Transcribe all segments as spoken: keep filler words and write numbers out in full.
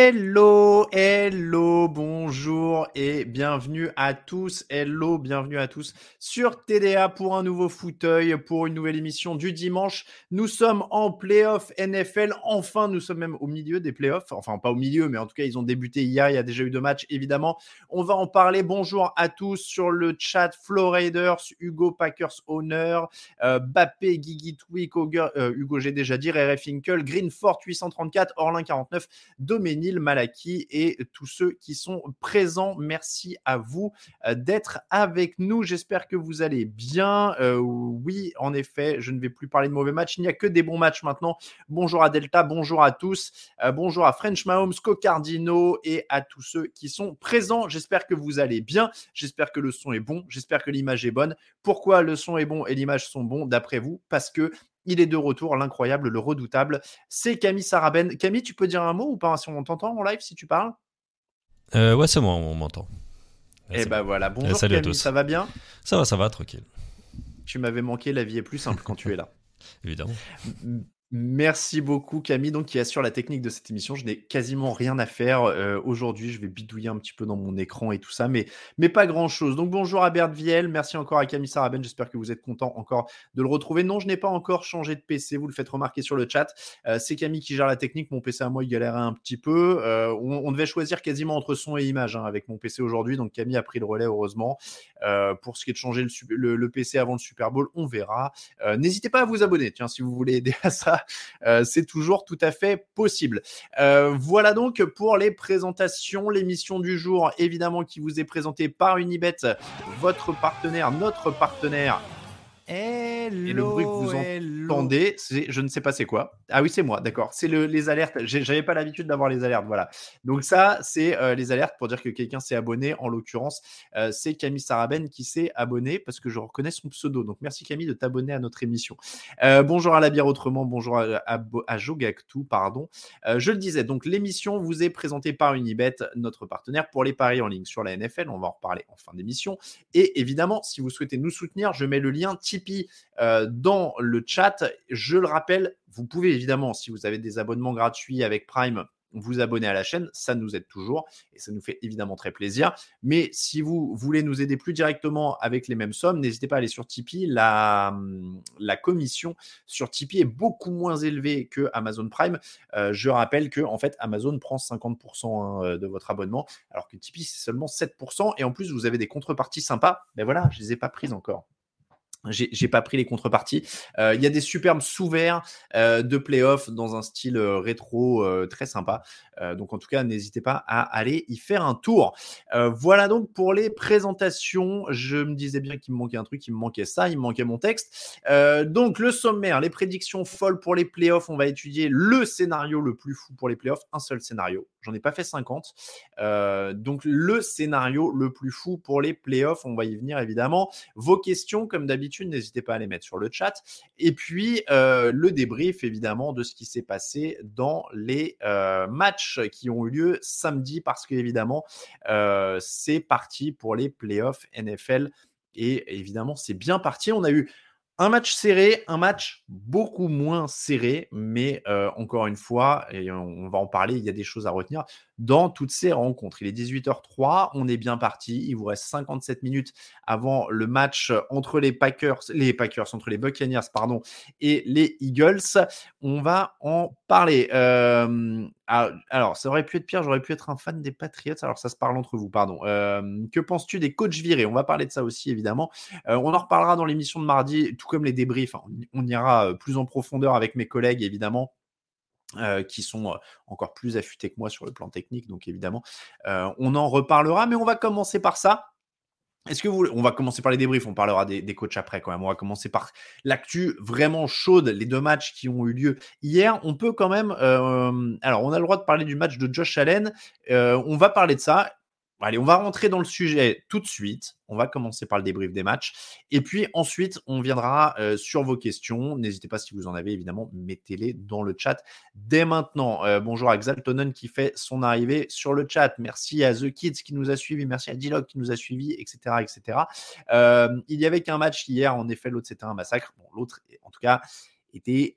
Hello, hello, bonjour et bienvenue à tous. Hello, bienvenue à tous sur T D A pour un nouveau fauteuil, pour une nouvelle émission du dimanche. Nous sommes en playoff N F L. Enfin, nous sommes même au milieu des playoffs. Enfin, pas au milieu, mais en tout cas, ils ont débuté hier. Il y a déjà eu deux matchs, évidemment. On va en parler. Bonjour à tous sur le chat. Flo Raiders, Hugo Packers Owner, euh, Bappé, Guigui Twig, euh, Hugo, j'ai déjà dit, R F Inkel, Greenfort huit cent trente-quatre, Orlin quarante-neuf, Doménil Malaki et tous ceux qui sont présents. Merci à vous euh, d'être avec nous. J'espère que vous allez bien. Euh, oui, en effet, je ne vais plus parler de mauvais matchs. Il n'y a que des bons matchs maintenant. Bonjour à Delta, bonjour à tous. Euh, bonjour à French Mahomes, Cocardino et à tous ceux qui sont présents. J'espère que vous allez bien. J'espère que le son est bon. J'espère que l'image est bonne. Pourquoi le son est bon et l'image sont bons d'après vous? Parce que il est de retour, l'incroyable, le redoutable. C'est Camille Saraben. Camille, tu peux dire un mot ou pas si on t'entend en live, si tu parles? Euh, ouais, c'est moi, on m'entend. Ouais, Eh c'est ben bon. voilà. Euh, Bonjour salut à Camille, tous. ça va bien? Ça va, ça va, tranquille. Tu m'avais manqué, la vie est plus simple quand tu es là. Évidemment. M- Merci beaucoup Camille, donc qui assure la technique de cette émission. Je n'ai quasiment rien à faire euh, aujourd'hui. Je vais bidouiller un petit peu dans mon écran et tout ça, mais, mais pas grand-chose. Donc bonjour à Bert Viel, merci encore à Camille Saraben. J'espère que vous êtes content encore de le retrouver. Non, je n'ai pas encore changé de P C, vous le faites remarquer sur le chat. Euh, c'est Camille qui gère la technique. Mon P C à moi, il galérait un petit peu. Euh, on, on devait choisir quasiment entre son et image hein, avec mon P C aujourd'hui, donc Camille a pris le relais heureusement. Euh, pour ce qui est de changer le, le, le P C avant le Super Bowl, on verra. Euh, n'hésitez pas à vous abonner, tiens, si vous voulez aider à ça. Euh, c'est toujours tout à fait possible. Euh, voilà donc pour les présentations, l'émission du jour, évidemment, qui vous est présentée par Unibet, votre partenaire, notre partenaire. Hello, Et le bruit que vous hello. entendez, c'est, je ne sais pas c'est quoi. Ah oui, c'est moi, d'accord. C'est le, les alertes. J'ai, j'avais pas l'habitude d'avoir les alertes, voilà. Donc ça, c'est euh, les alertes pour dire que quelqu'un s'est abonné. En l'occurrence, euh, c'est Camille Saraben qui s'est abonné parce que je reconnais son pseudo. Donc merci Camille de t'abonner à notre émission. Euh, bonjour à la bière autrement, bonjour à, à, à Jogactu, pardon. Euh, je le disais, donc l'émission vous est présentée par Unibet, notre partenaire pour les paris en ligne sur la N F L. On va en reparler en fin d'émission. Et évidemment, si vous souhaitez nous soutenir, je mets le lien Tipeee euh, dans le chat. Je le rappelle, vous pouvez évidemment, si vous avez des abonnements gratuits avec Prime, vous abonner à la chaîne, ça nous aide toujours et ça nous fait évidemment très plaisir. Mais si vous voulez nous aider plus directement avec les mêmes sommes, n'hésitez pas à aller sur Tipeee. La, la commission sur Tipeee est beaucoup moins élevée que Amazon Prime. Euh, je rappelle que en fait, Amazon prend cinquante pour cent hein, de votre abonnement, alors que Tipeee, c'est seulement sept pour cent. Et en plus, vous avez des contreparties sympas. Ben voilà, je ne les ai pas prises encore. J'ai, j'ai pas pris les contreparties. Il euh, y a des superbes sous-verts euh, de playoff dans un style euh, rétro euh, très sympa. Euh, donc en tout cas, n'hésitez pas à aller y faire un tour. Euh, voilà donc pour les présentations. Je me disais bien qu'il me manquait un truc, il me manquait ça, il me manquait mon texte. Euh, donc le sommaire, les prédictions folles pour les playoffs. On va étudier le scénario le plus fou pour les playoffs. Un seul scénario. J'en ai pas fait cinquante. Euh, donc le scénario le plus fou pour les playoffs. On va y venir évidemment. Vos questions, comme d'habitude, n'hésitez pas à les mettre sur le chat. Et puis, euh, le débrief, évidemment, de ce qui s'est passé dans les euh, matchs qui ont eu lieu samedi, parce qu'évidemment, euh, c'est parti pour les playoffs N F L. Et évidemment, c'est bien parti. On a eu un match serré, un match beaucoup moins serré, mais euh, encore une fois, et on va en parler, il y a des choses à retenir dans toutes ces rencontres. Il est dix-huit heures trois, on est bien parti, il vous reste cinquante-sept minutes avant le match entre les Packers, les Packers, entre les Buccaneers, pardon, et les Eagles. On va en parler. Euh, alors, ça aurait pu être pire, j'aurais pu être un fan des Patriots, alors ça se parle entre vous, pardon. Euh, que penses-tu des coachs virés? On va parler de ça aussi, évidemment. Euh, on en reparlera dans l'émission de mardi, tout comme les débriefs. Hein. On ira plus en profondeur avec mes collègues, évidemment. Euh, qui sont euh, encore plus affûtés que moi sur le plan technique, donc évidemment, euh, on en reparlera, mais on va commencer par ça. Est-ce que vous, on va commencer par les débriefs, on parlera des, des coachs après quand même. On va commencer par l'actu vraiment chaude, les deux matchs qui ont eu lieu hier. On peut quand même, euh, alors on a le droit de parler du match de Josh Allen. Euh, on va parler de ça. Allez, on va rentrer dans le sujet tout de suite. On va commencer par le débrief des matchs. Et puis ensuite, on viendra euh, sur vos questions. N'hésitez pas, si vous en avez, évidemment, mettez-les dans le chat dès maintenant. Euh, bonjour à Xaltonen qui fait son arrivée sur le chat. Merci à The Kids qui nous a suivis. Merci à D-Log qui nous a suivis, et cetera et cetera. Euh, il y avait qu'un match hier. En effet, l'autre, c'était un massacre. Bon, l'autre, en tout cas, était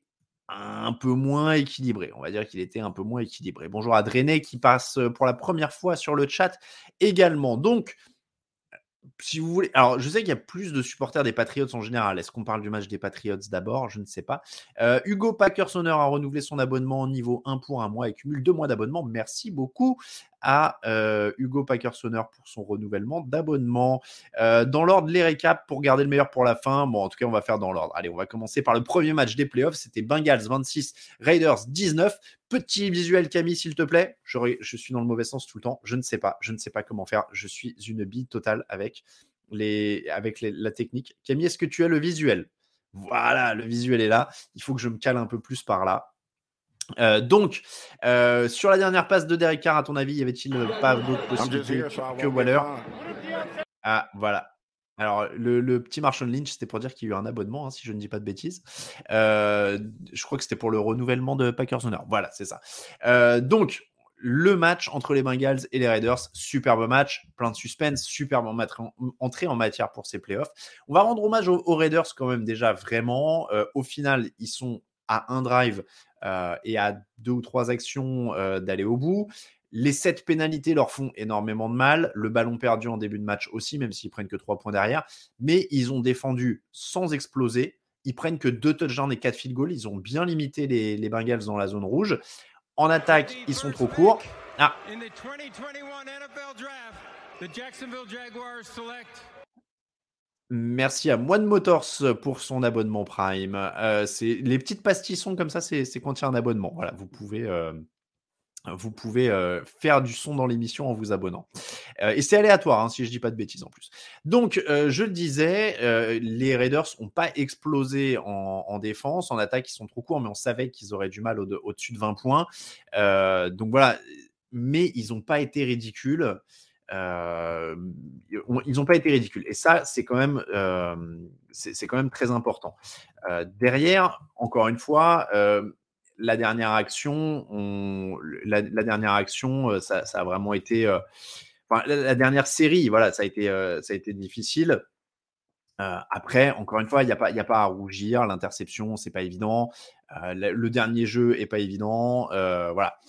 un peu moins équilibré. On va dire qu'il était un peu moins équilibré. Bonjour à Drené qui passe pour la première fois sur le chat également. Donc, si vous voulez, alors je sais qu'il y a plus de supporters des Patriots en général. Est-ce qu'on parle du match des Patriots d'abord? Je ne sais pas. Euh, Hugo Packersonner a renouvelé son abonnement niveau un pour un mois et cumule deux mois d'abonnement. Merci beaucoup à euh, Hugo Packersonner pour son renouvellement d'abonnement. Euh, dans l'ordre, les récaps pour garder le meilleur pour la fin. Bon, en tout cas, on va faire dans l'ordre. Allez, on va commencer par le premier match des playoffs. C'était Bengals vingt-six, Raiders dix-neuf. Petit visuel, Camille, s'il te plaît. Je, je suis dans le mauvais sens tout le temps. Je ne sais pas. Je ne sais pas comment faire. Je suis une bille totale avec, les, avec les, la technique. Camille, est-ce que tu as le visuel? Voilà, le visuel est là. Il faut que je me cale un peu plus par là. Euh, donc, euh, sur la dernière passe de Derek Carr, à ton avis, y avait-il pas d'autres possibilités que Waller? Ah, voilà. Alors, le, le petit Marshawn Lynch, c'était pour dire qu'il y a eu un abonnement, hein, si je ne dis pas de bêtises. Euh, je crois que c'était pour le renouvellement de Packers-Owner. Voilà, c'est ça. Euh, donc, le match entre les Bengals et les Raiders, superbe match, plein de suspense, superbe entrée en matière pour ces playoffs. On va rendre hommage aux, aux Raiders quand même déjà vraiment. Euh, au final, ils sont à un drive euh, et à deux ou trois actions euh, d'aller au bout. Les sept pénalités leur font énormément de mal. Le ballon perdu en début de match aussi, même s'ils prennent que trois points derrière. Mais ils ont défendu sans exploser. Ils prennent que deux touchdowns et quatre field goals. Ils ont bien limité les, les Bengals dans la zone rouge. En attaque, ils sont trop courts. Ah. Merci à Moine Motors pour son abonnement Prime. Euh, c'est, les petites pastillons comme ça, c'est, c'est quand il y a un abonnement. Voilà, vous pouvez... Euh... Vous pouvez euh, faire du son dans l'émission en vous abonnant. Euh, et c'est aléatoire, hein, si je ne dis pas de bêtises en plus. Donc, euh, je le disais, euh, les Raiders n'ont pas explosé en, en défense. En attaque, ils sont trop courts, mais on savait qu'ils auraient du mal au- au-dessus de vingt points. Euh, donc voilà, mais ils n'ont pas été ridicules. Euh, ils n'ont pas été ridicules. Et ça, c'est quand même, euh, c'est, c'est quand même très important. Euh, derrière, encore une fois, euh, la dernière action, on, la, la dernière action, ça, ça a vraiment été, euh, enfin, la, la dernière série, voilà, ça a été, euh, ça a été difficile. Euh, après, encore une fois, il n'y a pas, il y a pas à rougir. L'interception, c'est pas évident. Euh, le, le dernier jeu est pas évident. Euh, voilà.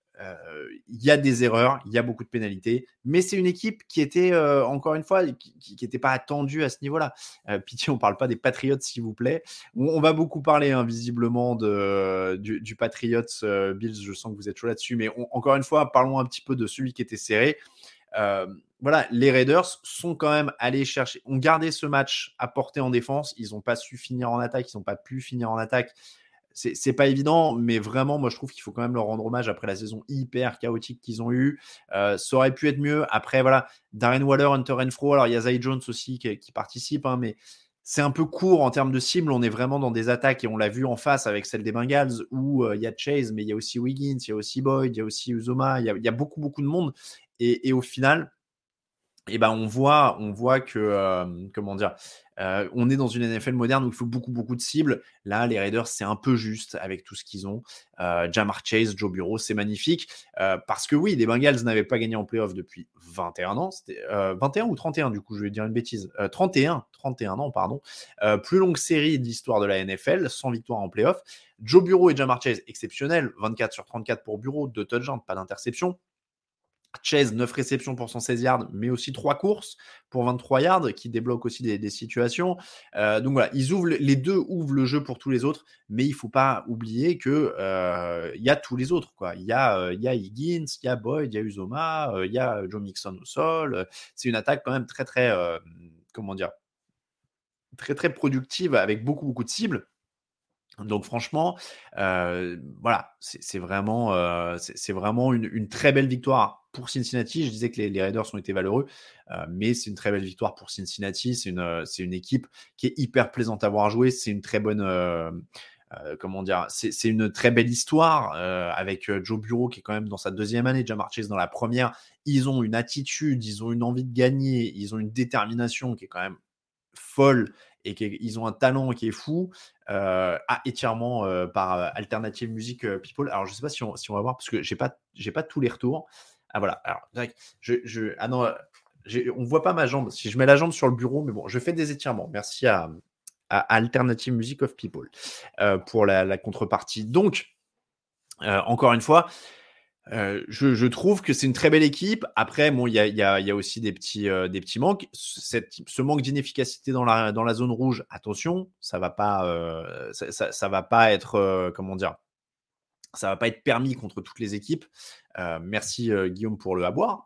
Il euh, y a des erreurs, il y a beaucoup de pénalités, mais c'est une équipe qui était, euh, encore une fois, qui n'était pas attendue à ce niveau-là. Euh, pitié, on ne parle pas des Patriots, s'il vous plaît. On, on va beaucoup parler, hein, visiblement, de, du, du Patriots euh, Bills. Je sens que vous êtes chaud là-dessus, mais on, encore une fois, parlons un petit peu de celui qui était serré. Euh, voilà, les Raiders sont quand même allés chercher, ont gardé ce match à portée en défense. Ils n'ont pas su finir en attaque, ils n'ont pas pu finir en attaque. C'est, c'est pas évident, mais vraiment, moi, je trouve qu'il faut quand même leur rendre hommage après la saison hyper chaotique qu'ils ont eue. Euh, ça aurait pu être mieux. Après, voilà, Darren Waller, Hunter Renfrow, alors il y a Zay Jones aussi qui, qui participe, hein, mais c'est un peu court en termes de cible. On est vraiment dans des attaques et on l'a vu en face avec celle des Bengals où euh, il y a Chase, mais il y a aussi Wiggins, il y a aussi Boyd, il y a aussi Uzoma, il y a, il y a beaucoup, beaucoup de monde. Et, et au final, et ben on voit, on voit que, euh, comment dire, euh, on est dans une N F L moderne où il faut beaucoup, beaucoup de cibles. Là, les Raiders, c'est un peu juste avec tout ce qu'ils ont. Euh, Ja'Marr Chase, Joe Burrow, c'est magnifique. Euh, parce que oui, les Bengals n'avaient pas gagné en playoff depuis vingt et un ans. C'était euh, vingt et un ou trente et un, du coup, je vais dire une bêtise. Euh, trente et un, trente et un ans, pardon. Euh, plus longue série de l'histoire de la N F L, sans victoire en playoff. Joe Burrow et Ja'Marr Chase, exceptionnel. vingt-quatre sur trente-quatre pour Burrow, deux touchdowns, pas d'interception. Chase, neuf réceptions pour cent seize yards, mais aussi trois courses pour vingt-trois yards qui débloquent aussi des, des situations. Euh, donc voilà, ils ouvrent, les deux ouvrent le jeu pour tous les autres, mais il ne faut pas oublier qu'il euh, y a tous les autres. Quoi. Il y a, euh, y a Higgins, il y a Boyd, il y a Uzoma, il euh, y a Joe Mixon au sol. C'est une attaque quand même très, très, euh, comment dire, très, très productive avec beaucoup, beaucoup de cibles. Donc franchement, euh, voilà, c'est, c'est vraiment, euh, c'est, c'est vraiment une, une très belle victoire pour Cincinnati. Je disais que les, les Raiders ont été valeureux, euh, mais c'est une très belle victoire pour Cincinnati. C'est une, c'est une équipe qui est hyper plaisante à voir jouer. C'est une très bonne, euh, euh, comment dire, c'est, c'est une très belle histoire euh, avec Joe Burrow qui est quand même dans sa deuxième année, Ja'Marr Chase dans la première. Ils ont une attitude, ils ont une envie de gagner, ils ont une détermination qui est quand même folle et qu'ils ont un talent qui est fou. Euh, à étirement euh, par euh, Alternative Music euh, People. Alors, je ne sais pas si on, si on va voir, parce que je n'ai pas, j'ai pas tous les retours. Ah, voilà. Alors, je, je, ah non, j'ai, on ne voit pas ma jambe. Si je mets la jambe sur le bureau, mais bon, je fais des étirements. Merci à, Alternative Music of People euh, pour la, la contrepartie. Donc, euh, encore une fois, euh, je, je trouve que c'est une très belle équipe. Après, bon, il y a, y, a, y a aussi des petits, euh, des petits manques. Cette, ce manque d'inefficacité dans la, dans la zone rouge, attention, ça va pas, euh, ça, ça, ça va pas être, euh, comment dire, ça va pas être permis contre toutes les équipes. Euh, merci euh, Guillaume pour le avoir.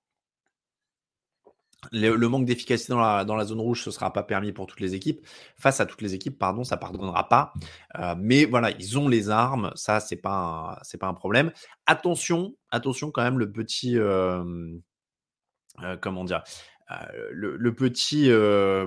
Le, le manque d'efficacité dans la, dans la zone rouge, ce ne sera pas permis pour toutes les équipes. Face à toutes les équipes, pardon, ça ne pardonnera pas. Euh, mais voilà, ils ont les armes, ça, ce n'est pas, un, c'est pas un problème. Attention, attention quand même, le petit... Euh, euh, comment dire euh, le, le petit... Euh,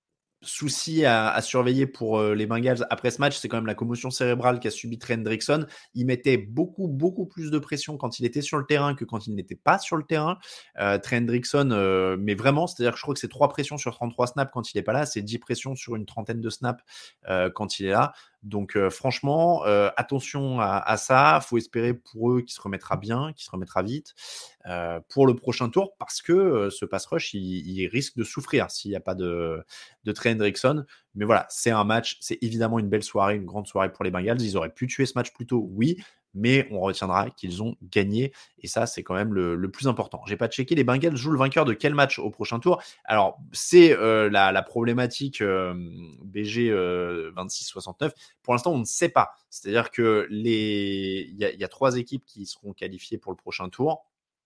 souci à, à surveiller pour euh, les Bengals après ce match, c'est quand même la commotion cérébrale qu'a subi Trent Hendrickson. Il mettait beaucoup, beaucoup plus de pression quand il était sur le terrain que quand il n'était pas sur le terrain. Euh, Trent Hendrickson, euh, mais vraiment, c'est-à-dire que je crois que c'est trois pressions sur trente-trois snaps quand il n'est pas là, c'est dix pressions sur une trentaine de snaps euh, quand il est là. Donc euh, franchement, euh, attention à, à ça. Faut espérer pour eux qu'il se remettra bien, qu'il se remettra vite euh, pour le prochain tour, parce que euh, ce pass rush, il, il risque de souffrir s'il n'y a pas de, de Trey Hendrickson. Mais voilà, c'est un match, c'est évidemment une belle soirée, une grande soirée pour les Bengals. Ils auraient pu tuer ce match plus tôt, oui, mais on retiendra qu'ils ont gagné, et ça, c'est quand même le, le plus important. J'ai pas checké, les Bengals jouent le vainqueur de quel match au prochain tour? Alors, c'est euh, la, la problématique euh, B G euh, vingt-six soixante-neuf. Pour l'instant, on ne sait pas. C'est-à-dire que les, il y, y a trois équipes qui seront qualifiées pour le prochain tour.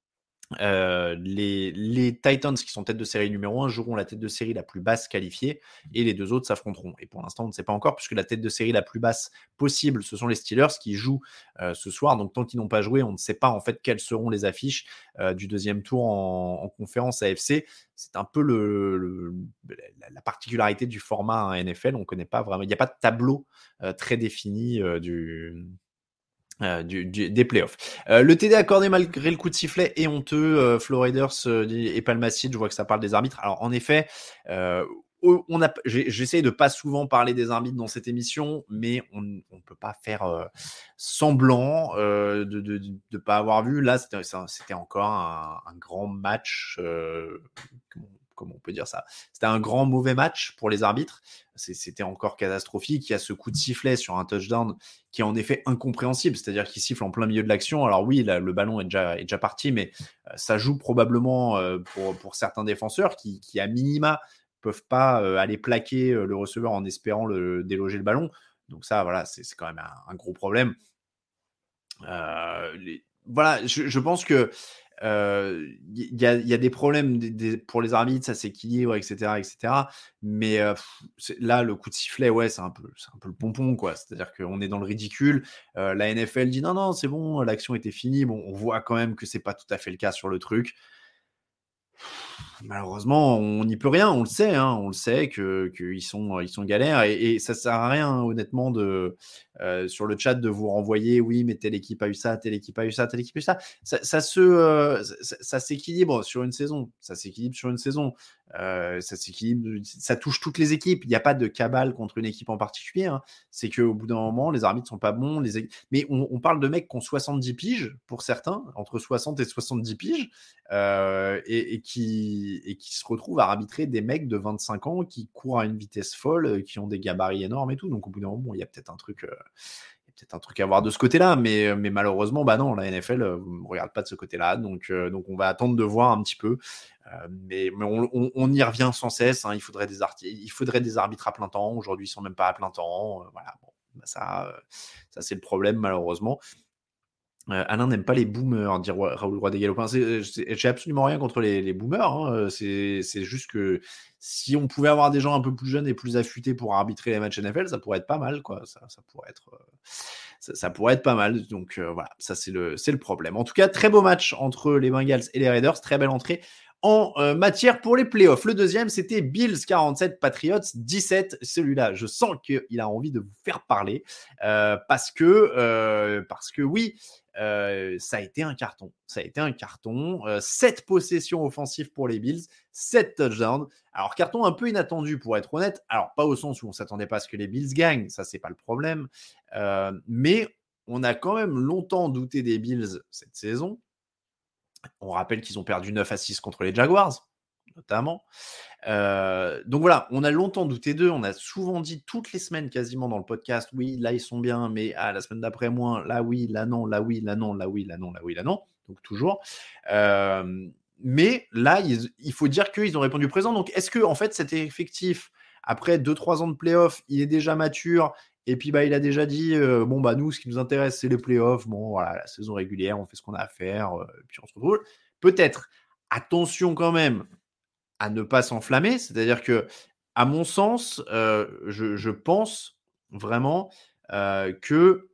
Euh, les, les Titans qui sont tête de série numéro un joueront la tête de série la plus basse qualifiée et les deux autres s'affronteront. Et pour l'instant, on ne sait pas encore puisque la tête de série la plus basse possible, ce sont les Steelers qui jouent euh, ce soir. Donc tant qu'ils n'ont pas joué, on ne sait pas en fait quelles seront les affiches euh, du deuxième tour en, en conférence A F C. C'est un peu le, le, la, la particularité du format hein, N F L. On ne connaît pas vraiment. Il n'y a pas de tableau euh, très défini euh, du Euh, du, du, des playoffs. Euh, le T D accordé malgré le coup de sifflet est honteux. Euh, Floriders euh, et Palmacid, je vois que ça parle des arbitres. Alors en effet, euh, on a, j'essaye de pas souvent parler des arbitres dans cette émission, mais on ne peut pas faire euh, semblant euh, de ne de, de, de pas avoir vu. Là, c'était, c'était encore un, un grand match. Euh, comment, comment on peut dire ça? C'était un grand mauvais match pour les arbitres. C'était encore catastrophique. Il y a ce coup de sifflet sur un touchdown qui est en effet incompréhensible, c'est-à-dire qu'il siffle en plein milieu de l'action. Alors oui, là, le ballon est déjà, est déjà parti, mais euh, ça joue probablement euh, pour, pour certains défenseurs qui, qui à minima, peuvent pas euh, aller plaquer euh, le receveur en espérant le, déloger le ballon. Donc ça, voilà, c'est, c'est quand même un, un gros problème. Euh, les, voilà, je, je pense que il euh, y, a, y a des problèmes des, des, pour les arbitres, ça s'équilibre, et cetera, et cetera. Mais euh, là, le coup de sifflet, ouais, c'est un peu, c'est un peu le pompon, quoi. C'est-à-dire qu'on est dans le ridicule. Euh, la N F L dit non, non, c'est bon, l'action était finie. Bon, on voit quand même que c'est pas tout à fait le cas sur le truc. Malheureusement, on n'y peut rien, on le sait, hein, on le sait que qu'ils sont ils sont galères et, et ça sert à rien honnêtement de euh, sur le chat de vous renvoyer oui mais telle équipe a eu ça, telle équipe a eu ça, telle équipe a eu ça. Ça, ça se euh, ça, ça s'équilibre sur une saison, ça s'équilibre sur une saison, euh, ça s'équilibre, ça touche toutes les équipes. Il n'y a pas de cabale contre une équipe en particulier. Hein. C'est qu'au bout d'un moment, les arbitres sont pas bons, les mais on, on parle de mecs qui ont soixante-dix piges pour certains, entre soixante et soixante-dix piges, euh, et, et qui et qui se retrouvent à arbitrer des mecs de vingt-cinq ans qui courent à une vitesse folle, qui ont des gabarits énormes et tout. Donc au bout d'un moment, il y a peut-être un truc, euh, il y a peut-être un truc à voir de ce côté-là, mais, mais malheureusement, bah non, la N F L euh, ne regarde pas de ce côté-là. Donc, euh, donc on va attendre de voir un petit peu. Euh, mais mais on, on, on y revient sans cesse. Hein. Il faudrait des arti- il faudrait des arbitres à plein temps. Aujourd'hui, ils sont même pas à plein temps. Euh, voilà. Bon, bah ça, euh, ça c'est le problème malheureusement. Euh, Alain n'aime pas les boomers, dit Raoul Roy des Galopins. C'est, c'est, j'ai absolument rien contre les, les boomers. Hein. C'est, c'est juste que si on pouvait avoir des gens un peu plus jeunes et plus affûtés pour arbitrer les matchs N F L, ça pourrait être pas mal, quoi. Ça, ça pourrait être, euh, ça, ça pourrait être pas mal. Donc euh, voilà, ça c'est le, c'est le problème. En tout cas, très beau match entre les Bengals et les Raiders. Très belle entrée en euh, matière pour les playoffs. Le deuxième, c'était Bills quarante-sept, Patriots dix-sept. Celui-là, je sens qu'il a envie de vous faire parler euh, parce que, euh, parce que oui. Euh, ça a été un carton. Ça a été un carton. Euh, sept possessions offensives pour les Bills, sept touchdowns. Alors, carton un peu inattendu pour être honnête. Alors, pas au sens où on ne s'attendait pas à ce que les Bills gagnent, ça, c'est pas le problème. Euh, mais on a quand même longtemps douté des Bills cette saison. On rappelle qu'ils ont perdu neuf à six contre les Jaguars. notamment. Euh, donc voilà, on a longtemps douté d'eux, on a souvent dit toutes les semaines quasiment dans le podcast, oui, là ils sont bien, mais ah, la semaine d'après moins, là oui, là non, là oui, là non, là oui, là non, là oui, là non, donc toujours. Euh, mais là, il, il faut dire qu'ils ont répondu présent. Donc est-ce que en fait cet effectif, après deux trois ans de playoffs, il est déjà mature et puis bah il a déjà dit euh, bon bah nous ce qui nous intéresse c'est les playoffs, bon voilà, la saison régulière, on fait ce qu'on a à faire, euh, et puis on se retrouve. Peut-être. Attention quand même à ne pas s'enflammer. C'est-à-dire que, à mon sens, euh, je, je pense vraiment euh, que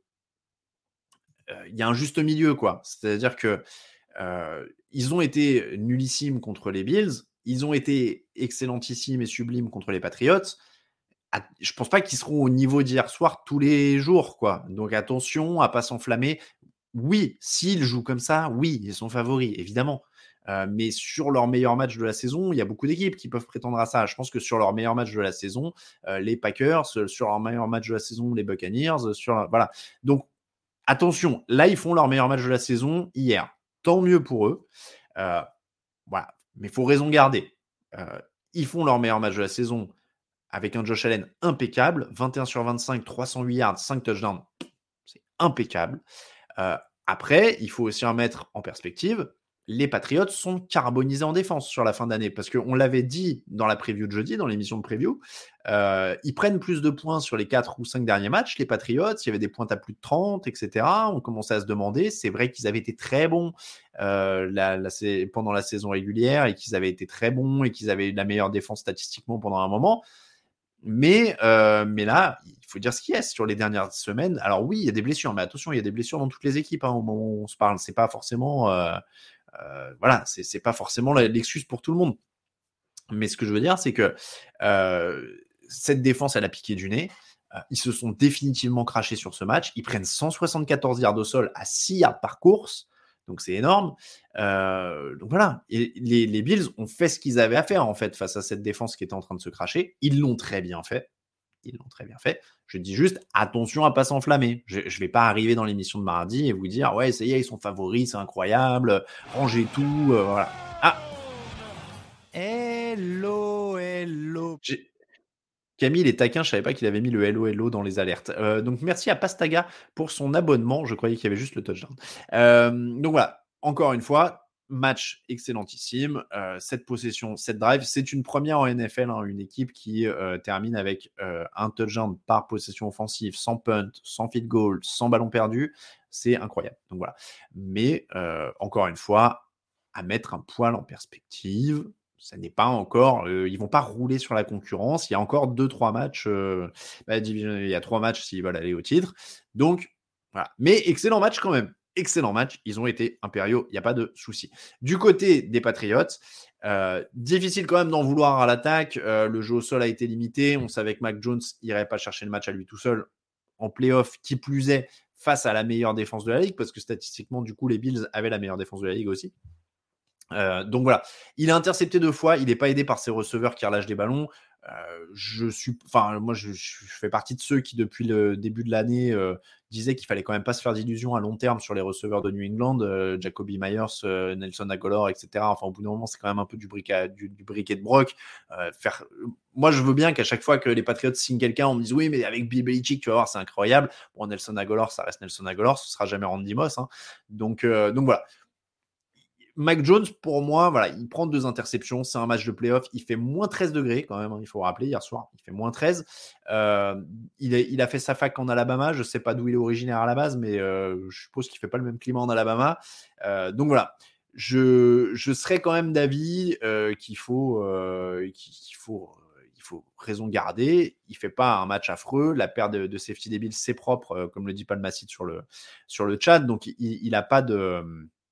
euh, il y a un juste milieu, quoi. C'est-à-dire que euh, ils ont été nullissimes contre les Bills, ils ont été excellentissimes et sublimes contre les Patriots. Ah, je pense pas qu'ils seront au niveau d'hier soir tous les jours, quoi. Donc attention à pas s'enflammer. Oui, s'ils jouent comme ça, oui, ils sont favoris, évidemment. Euh, mais sur leur meilleur match de la saison, il y a beaucoup d'équipes qui peuvent prétendre à ça. Je pense que sur leur meilleur match de la saison, euh, les Packers, sur leur meilleur match de la saison, les Buccaneers, sur voilà. Donc attention, là ils font leur meilleur match de la saison hier. Tant mieux pour eux. Euh, voilà, mais il faut raison garder. Euh, ils font leur meilleur match de la saison avec un Josh Allen impeccable, vingt et un sur vingt-cinq, trois cent huit yards, cinq touchdowns, c'est impeccable. Euh, après, il faut aussi en mettre en perspective. Les Patriots sont carbonisés en défense sur la fin d'année parce qu'on l'avait dit dans la preview de jeudi, dans l'émission de preview, euh, ils prennent plus de points sur les quatre ou cinq derniers matchs. Les Patriots, il y avait des points à plus de trente, et cetera. On commençait à se demander. C'est vrai qu'ils avaient été très bons euh, la, la, pendant la saison régulière et qu'ils avaient été très bons et qu'ils avaient eu la meilleure défense statistiquement pendant un moment. Mais, euh, mais là, il faut dire ce qu'il y a sur les dernières semaines. Alors oui, il y a des blessures, mais attention, il y a des blessures dans toutes les équipes hein, au moment où on se parle. C'est pas forcément, euh, euh, voilà, c'est, c'est pas forcément l'excuse pour tout le monde. Mais ce que je veux dire, c'est que euh, cette défense, elle a piqué du nez. Euh, ils se sont définitivement crachés sur ce match. Ils prennent cent soixante-quatorze yards au sol à six yards par course. Donc c'est énorme. Euh, donc voilà, et les, les Bills ont fait ce qu'ils avaient à faire en fait face à cette défense qui était en train de se cracher. Ils l'ont très bien fait. Ils l'ont très bien fait. Je dis juste attention à pas s'enflammer. Je ne vais pas arriver dans l'émission de mardi et vous dire ouais ça y est ils sont favoris, c'est incroyable, rangez tout, euh, voilà. Ah. Hello, hello. J'ai... Camille est taquin, je savais pas qu'il avait mis le hello hello dans les alertes. Euh, donc merci à Pastaga pour son abonnement. Je croyais qu'il y avait juste le touchdown. Euh, donc voilà, encore une fois, match excellentissime. Euh, cette possession, cette drive, c'est une première en N F L, hein, une équipe qui euh, termine avec euh, un touchdown par possession offensive, sans punt, sans field goal, sans ballon perdu. C'est incroyable. Donc voilà. Mais euh, encore une fois, à mettre un poil en perspective. Ça n'est pas encore, euh, ils vont pas rouler sur la concurrence. Il y a encore deux trois matchs. Euh, bah, il y a trois matchs s'ils veulent aller au titre. Donc voilà. Mais excellent match quand même. Excellent match. Ils ont été impériaux. Il n'y a pas de souci. Du côté des Patriots, euh, difficile quand même d'en vouloir à l'attaque. Euh, le jeu au sol a été limité. On savait que Mac Jones irait pas chercher le match à lui tout seul en playoff. Qui plus est face à la meilleure défense de la ligue, parce que statistiquement, du coup, les Bills avaient la meilleure défense de la ligue aussi. Euh, donc voilà, il a intercepté deux fois, il n'est pas aidé par ses receveurs qui relâchent des ballons. Euh, je suis, enfin moi je, je fais partie de ceux qui depuis le début de l'année euh, disaient qu'il fallait quand même pas se faire d'illusions à long terme sur les receveurs de New England, euh, Jacoby Myers, euh, Nelson Agholor, et cetera. Enfin au bout d'un moment c'est quand même un peu du briquet, du, du briquet de broc. Euh, faire, moi je veux bien qu'à chaque fois que les Patriots signent quelqu'un, on me dise oui mais avec Bill Belichick tu vas voir c'est incroyable. Bon Nelson Agholor ça reste Nelson Agholor, ce sera jamais Randy Moss. Hein. Donc euh, donc voilà. Mac Jones, pour moi, voilà, il prend deux interceptions. C'est un match de playoff. Il fait moins treize degrés quand même. Hein, il faut rappeler, hier soir, il fait moins treize. Euh, il, est, il a fait sa fac en Alabama. Je ne sais pas d'où il est originaire à la base, mais euh, je suppose qu'il ne fait pas le même climat en Alabama. Euh, donc voilà, je, je serais quand même d'avis euh, qu'il faut, euh, qu'il faut, euh, il faut raison garder. Il ne fait pas un match affreux. La paire de, de safety des Bills, c'est propre, euh, comme le dit Palmacide sur le, sur le chat. Donc il n'a pas de...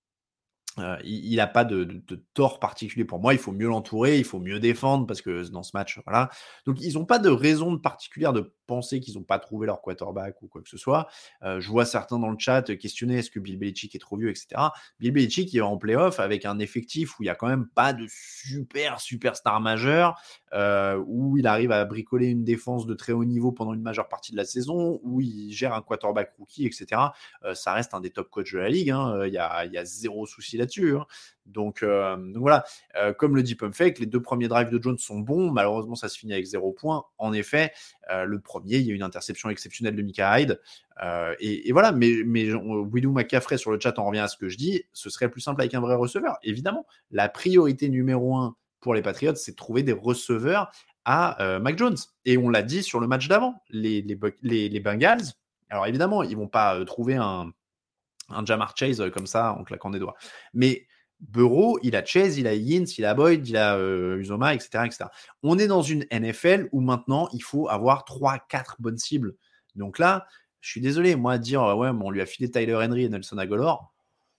Euh, il n'a pas de, de, de tort particulier pour moi. Il faut mieux l'entourer, il faut mieux défendre parce que dans ce match, voilà. Donc, ils n'ont pas de raison de particulière de penser qu'ils n'ont pas trouvé leur quarterback ou quoi que ce soit. Euh, je vois certains dans le chat questionner est-ce que Bill Belichick est trop vieux, et cetera. Bill Belichick il est en playoff avec un effectif où il n'y a quand même pas de super superstar majeur, euh, où il arrive à bricoler une défense de très haut niveau pendant une majeure partie de la saison, où il gère un quarterback rookie, et cetera. Euh, ça reste un des top coachs de la ligue. Il hein. y, a, y a zéro souci là-dessus. Hein. Donc, euh, donc voilà, euh, comme le dit Pumpfake, les deux premiers drives de Jones sont bons. Malheureusement, ça se finit avec zéro point. En effet, euh, le premier, il y a une interception exceptionnelle de Micah Hyde. Euh, et, et voilà, mais, mais Willou McCaffrey sur le chat, on revient à ce que je dis, ce serait plus simple avec un vrai receveur. Évidemment, la priorité numéro un pour les Patriots, c'est de trouver des receveurs à euh, Mac Jones. Et on l'a dit sur le match d'avant, les, les, les, les Bengals, alors évidemment, ils ne vont pas euh, trouver un, un Jamar Chase euh, comme ça en claquant des doigts. Mais Burrow, il a Chase, il a Higgins, il a Boyd, il a euh, Uzoma, et cetera, et cetera. On est dans une N F L où maintenant, il faut avoir trois quatre bonnes cibles. Donc là, je suis désolé, moi, dire euh, ouais, on lui a filé Tyler Henry et Nelson Agholor,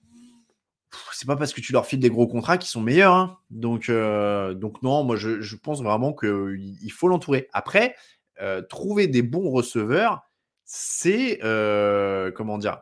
c'est pas parce que tu leur files des gros contrats qu'ils sont meilleurs. Hein. Donc, euh, donc non, moi, je, je pense vraiment qu'il faut l'entourer. Après, euh, trouver des bons receveurs, c'est, euh, comment dire,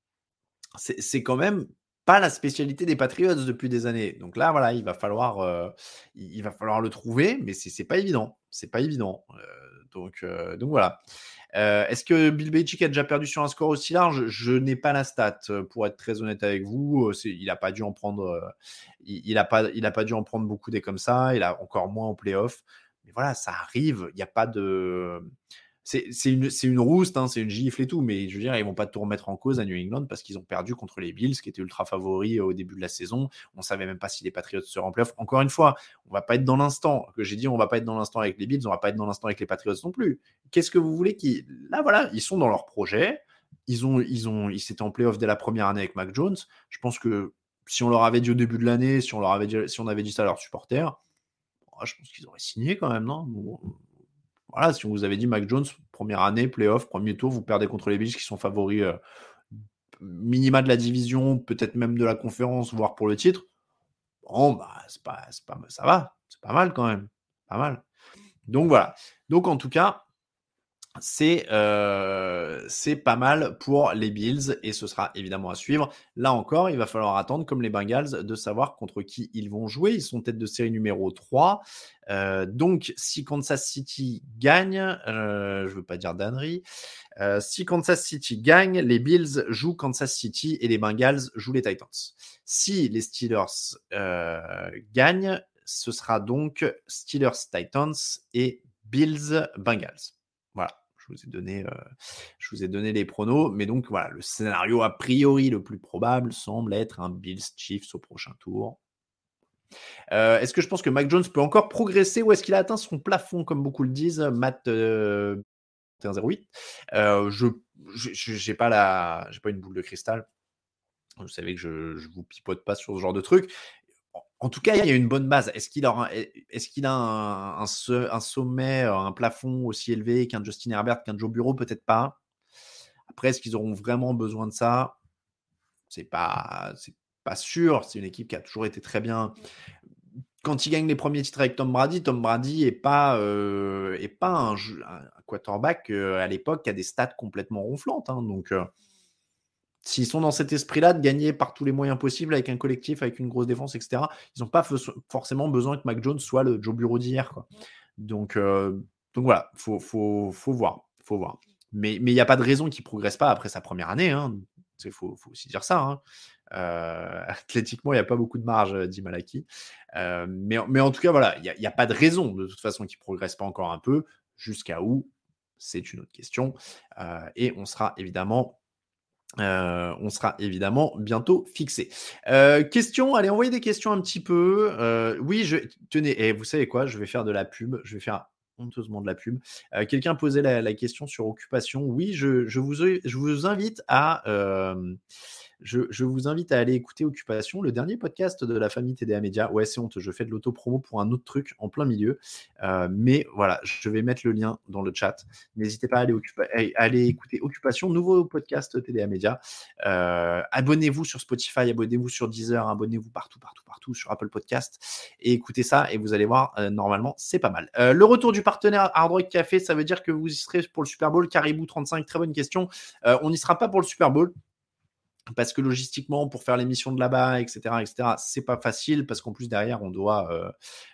c'est, c'est quand même pas la spécialité des Patriots depuis des années. Donc là, voilà, il va falloir, euh, il va falloir le trouver, mais c'est, c'est pas évident. C'est pas évident. Euh, donc, euh, donc voilà. Euh, est-ce que Bill Belichick a déjà perdu sur un score aussi large ? Je n'ai pas la stat, pour être très honnête avec vous. C'est, il n'a pas dû en prendre, euh, il, il a pas, il a pas dû en prendre beaucoup des comme ça. Il a encore moins en playoff. Mais voilà, ça arrive. Il n'y a pas de. C'est, c'est, une, c'est une rouste, hein, c'est une gifle et tout, mais je veux dire, ils vont pas tout remettre en cause à New England parce qu'ils ont perdu contre les Bills, qui étaient ultra favoris au début de la saison. On savait même pas si les Patriots seraient en playoff. Encore une fois, on va pas être dans l'instant. Que j'ai dit, on va pas être dans l'instant avec les Bills, on va pas être dans l'instant avec les Patriots non plus. Qu'est-ce que vous voulez qu'ils... Là, voilà, ils sont dans leur projet. Ils ont, ils ont, ils s'étaient en playoff dès la première année avec Mac Jones. Je pense que si on leur avait dit au début de l'année, si on leur avait dit, si on avait dit ça à leurs supporters, je pense qu'ils auraient signé quand même, non ? Voilà, si on vous avait dit Mac Jones, première année, playoff, premier tour, vous perdez contre les Bills qui sont favoris euh, minima de la division, peut-être même de la conférence, voire pour le titre. Bon, bah, c'est pas, c'est pas, ça va, c'est pas mal quand même, pas mal. Donc voilà. Donc en tout cas, c'est, euh, c'est pas mal pour les Bills et ce sera évidemment à suivre. Là encore, il va falloir attendre, comme les Bengals, de savoir contre qui ils vont jouer. Ils sont tête de série numéro trois. Euh, donc, si Kansas City gagne, euh, je veux pas dire d'ânerie, euh, si Kansas City gagne, les Bills jouent Kansas City et les Bengals jouent les Titans. Si les Steelers euh, gagnent, ce sera donc Steelers-Titans et Bills-Bengals. Voilà. Je vous ai donné, euh, je vous ai donné les pronos, mais donc voilà, le scénario a priori le plus probable semble être un Bills Chiefs au prochain tour. Euh, est-ce que je pense que Mac Jones peut encore progresser ou est-ce qu'il a atteint son plafond, comme beaucoup le disent, Matt euh, un zéro huit euh, Je j'ai pas la, j'ai pas une boule de cristal. Vous savez que je, je vous pipote pas sur ce genre de truc. En tout cas, il y a une bonne base. Est-ce qu'il a, est-ce qu'il a un, un, un sommet, un plafond aussi élevé qu'un Justin Herbert, qu'un Joe Burrow ? Peut-être pas. Après, est-ce qu'ils auront vraiment besoin de ça ? C'est pas, c'est pas sûr. C'est une équipe qui a toujours été très bien. Quand il gagne les premiers titres avec Tom Brady, Tom Brady est pas, euh, est pas un, un quarterback euh, à l'époque qui a des stats complètement ronflantes. Hein, donc, euh, s'ils sont dans cet esprit-là de gagner par tous les moyens possibles avec un collectif, avec une grosse défense, et cetera, ils n'ont pas f- forcément besoin que Mac Jones soit le Joe Burrow d'hier. Quoi. Donc, euh, donc voilà, il faut, faut, faut voir. Faut voir. Mais il n'y a pas de raison qu'il ne progresse pas après sa première année. Hein. Il faut, faut aussi dire ça. Hein. Euh, athlétiquement, il n'y a pas beaucoup de marge, dit Malaki. Euh, mais, mais en tout cas, voilà, il n'y a, a pas de raison de toute façon qu'il ne progresse pas encore un peu. Jusqu'à où, c'est une autre question. Euh, et on sera évidemment Euh, on sera évidemment bientôt fixé. Euh, question, allez, envoyez des questions un petit peu. Euh, oui, je tenez, et vous savez quoi, je vais faire de la pub. Je vais faire honteusement de la pub. Euh, quelqu'un posait la, la question sur Occupation. Oui, je, je, vous, je vous invite à... Euh, je, je vous invite à aller écouter Occupation, le dernier podcast de la famille T D A Média. Ouais, c'est honte, je fais de l'auto-promo pour un autre truc en plein milieu. Euh, mais voilà, je vais mettre le lien dans le chat. N'hésitez pas à aller, occupa- à aller écouter Occupation, nouveau podcast T D A Média. Euh, abonnez-vous sur Spotify, abonnez-vous sur Deezer, abonnez-vous partout, partout, partout sur Apple Podcast et écoutez ça et vous allez voir, euh, normalement, c'est pas mal. Euh, le retour du partenaire Hard Rock Café, ça veut dire que vous y serez pour le Super Bowl. Caribou trente-cinq, très bonne question. Euh, on n'y sera pas pour le Super Bowl. Parce que logistiquement, pour faire l'émission de là-bas, et cetera, et cetera, c'est pas facile parce qu'en plus derrière, on doit, euh,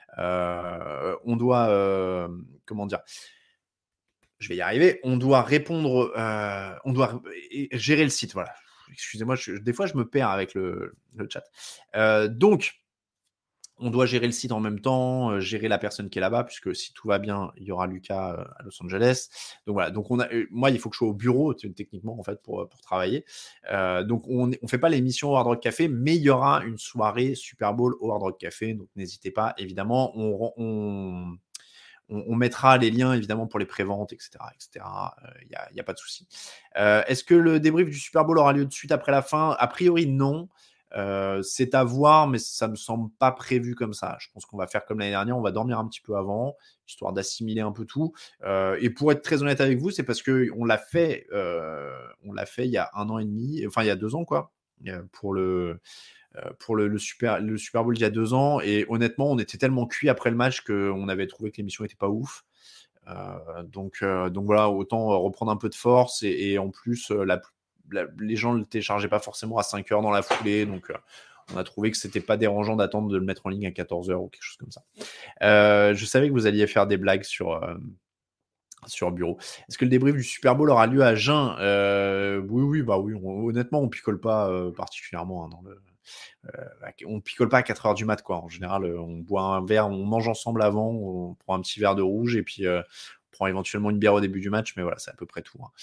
euh, on doit, euh, comment dire, je vais y arriver, on doit répondre, euh, on doit gérer le site, voilà. excusez-moi, je, des fois je me perds avec le, le chat. Euh, donc, on doit gérer le site en même temps, euh, gérer la personne qui est là-bas, puisque si tout va bien, il y aura Lucas euh, à Los Angeles. Donc voilà. Donc on a, euh, moi, il faut que je sois au bureau techniquement en fait pour pour travailler. Euh, donc on on fait pas l'émission au Hard Rock Café, mais il y aura une soirée Super Bowl au Hard Rock Café. Donc n'hésitez pas. Évidemment, on, on on, on mettra les liens évidemment pour les préventes, et cetera, et cetera. Il n'y a, y a pas de souci. Euh, est-ce que le débrief du Super Bowl aura lieu de suite après la fin? A priori, non. Euh, c'est à voir, mais ça me semble pas prévu comme ça. Je pense qu'on va faire comme l'année dernière, on va dormir un petit peu avant, histoire d'assimiler un peu tout. Euh, et pour être très honnête avec vous, c'est parce que on l'a fait, euh, on l'a fait il y a un an et demi, enfin il y a deux ans quoi, pour le pour le, le super le Super Bowl il y a deux ans. Et honnêtement, on était tellement cuit après le match qu'on avait trouvé que l'émission était pas ouf. Euh, donc euh, donc voilà, autant reprendre un peu de force et, et en plus la La, les gens ne le téléchargeaient pas forcément à cinq heures dans la foulée, donc euh, on a trouvé que c'était pas dérangeant d'attendre de le mettre en ligne à quatorze heures ou quelque chose comme ça. Euh, je savais que vous alliez faire des blagues sur, euh, sur Bureau. Est-ce que le débrief du Super Bowl aura lieu à jeun? euh, Oui, oui, bah oui. On, honnêtement, on picole pas euh, particulièrement hein, dans le. Euh, on picole pas à quatre heures du mat, quoi. En général, on boit un verre, on mange ensemble avant, on prend un petit verre de rouge et puis euh, on prend éventuellement une bière au début du match, mais voilà, c'est à peu près tout. Hein.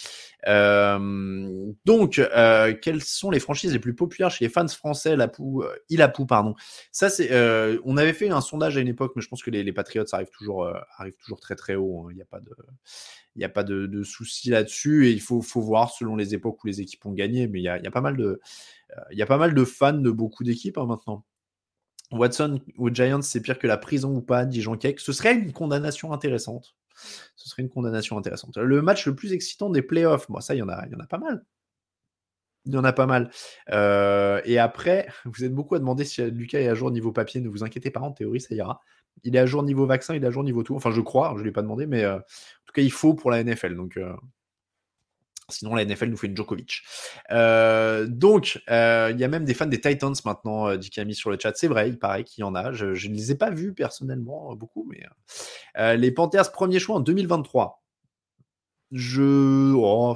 Euh, donc, euh, quelles sont les franchises les plus populaires chez les fans français? La Pou, euh, Ilapou, pardon. Ça, c'est. Euh, on avait fait un sondage à une époque, mais je pense que les, les Patriots arrivent toujours, euh, arrivent toujours très très haut. Il hein. n'y a pas de, il n'y a pas de, de souci là-dessus. Et il faut, faut voir selon les époques où les équipes ont gagné, mais il y a, il y a pas mal de, euh, il y a pas mal de fans de beaucoup d'équipes hein, maintenant. Watson ou Giants, c'est pire que la prison ou pas, dit Jean Keck. Ce serait une condamnation intéressante. Ce serait une condamnation intéressante. Le match le plus excitant des playoffs, bon, ça, il y en a, il y en a pas mal. Il y en a pas mal. Euh, et après, vous êtes beaucoup à demander si Lucas est à jour niveau papier. Ne vous inquiétez pas, en théorie, ça ira. Il est à jour niveau vaccin, il est à jour niveau tout. Enfin, je crois, je ne l'ai pas demandé, mais euh, en tout cas, il faut pour la N F L. Donc, euh, sinon, la N F L nous fait une Djokovic. Euh, donc, il euh, y a même des fans des Titans maintenant, euh, dit Camille sur le chat. C'est vrai, il paraît qu'il y en a. Je, je ne les ai pas vus personnellement, beaucoup, mais... Euh, les Panthers, premier choix en deux mille vingt-trois. Je... Oh.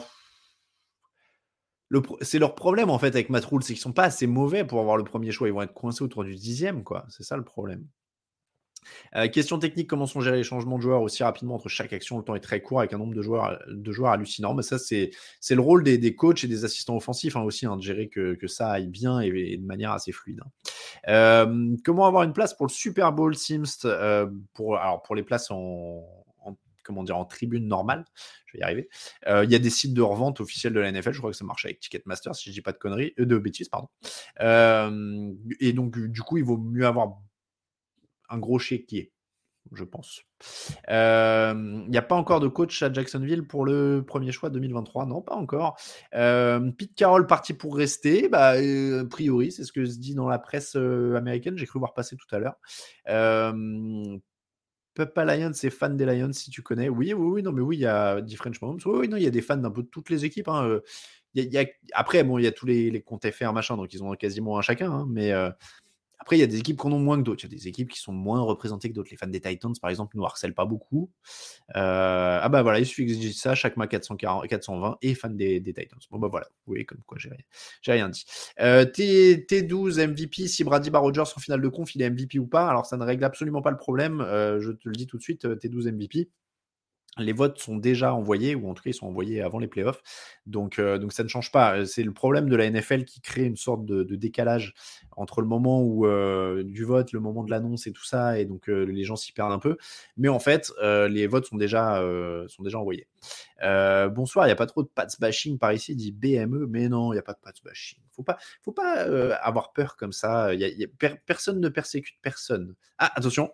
Le pro... C'est leur problème, en fait, avec Matt Rhule, c'est qu'ils sont pas assez mauvais pour avoir le premier choix. Ils vont être coincés autour du dixième, quoi. C'est ça, le problème. Euh, question technique, comment sont gérés les changements de joueurs aussi rapidement entre chaque action? Le temps est très court avec un nombre de joueurs, de joueurs hallucinant. Mais ça, c'est, c'est le rôle des, des coachs et des assistants offensifs hein, aussi, hein, de gérer que, que ça aille bien et, et de manière assez fluide. Hein. Euh, comment avoir une place pour le Super Bowl Sims euh, pour, alors pour les places en, en, comment dire, en tribune normale, je vais y arriver. Il euh, y a des sites de revente officiels de la N F L, je crois que ça marche avec Ticketmaster, si je dis pas de conneries, euh, de bêtises, pardon. Euh, et donc, du coup, il vaut mieux avoir un gros chéquier, je pense. Il euh, n'y a pas encore de coach à Jacksonville pour le premier choix deux mille vingt-trois, non, pas encore. Euh, Pete Carroll parti pour rester, bah, euh, a priori, c'est ce que se dit dans la presse euh, américaine, j'ai cru voir passer tout à l'heure. Euh, Papa Lions, c'est fan des Lions, si tu connais. Oui, oui, oui, non, mais oui, il y a dit French Moms. Oui, oui, non, il y a des fans d'un peu de toutes les équipes. Hein. Y a, y a... Après, bon, il y a tous les, les comptes F R, machin, donc ils ont quasiment un chacun, hein, mais... Euh... Après, il y a des équipes qui en ont moins que d'autres. Il y a des équipes qui sont moins représentées que d'autres. Les fans des Titans, par exemple, ne nous harcèlent pas beaucoup. Euh, ah bah voilà, il suffit que je dise ça. Chaque ma quatre cent quarante, quatre cent vingt est fan des, des Titans. Bon bah voilà, vous voyez comme quoi j'ai rien, j'ai rien dit. Euh, T douze M V P, si Brady Rogers en finale de conf, il est M V P ou pas? Alors ça ne règle absolument pas le problème. Euh, je te le dis tout de suite, T douze M V P. Les votes sont déjà envoyés, ou en tout cas ils sont envoyés avant les playoffs, donc, euh, donc ça ne change pas. C'est le problème de la N F L qui crée une sorte de, de décalage entre le moment où, euh, du vote, le moment de l'annonce et tout ça, et donc euh, les gens s'y perdent un peu. Mais en fait, euh, les votes sont déjà, euh, sont déjà envoyés. Euh, bonsoir, il n'y a pas trop de Pats bashing par ici, dit B M E, mais non, il n'y a pas de Pats bashing. Faut pas, faut pas euh, avoir peur comme ça. Y a, y a, per, personne ne persécute personne. Ah, attention.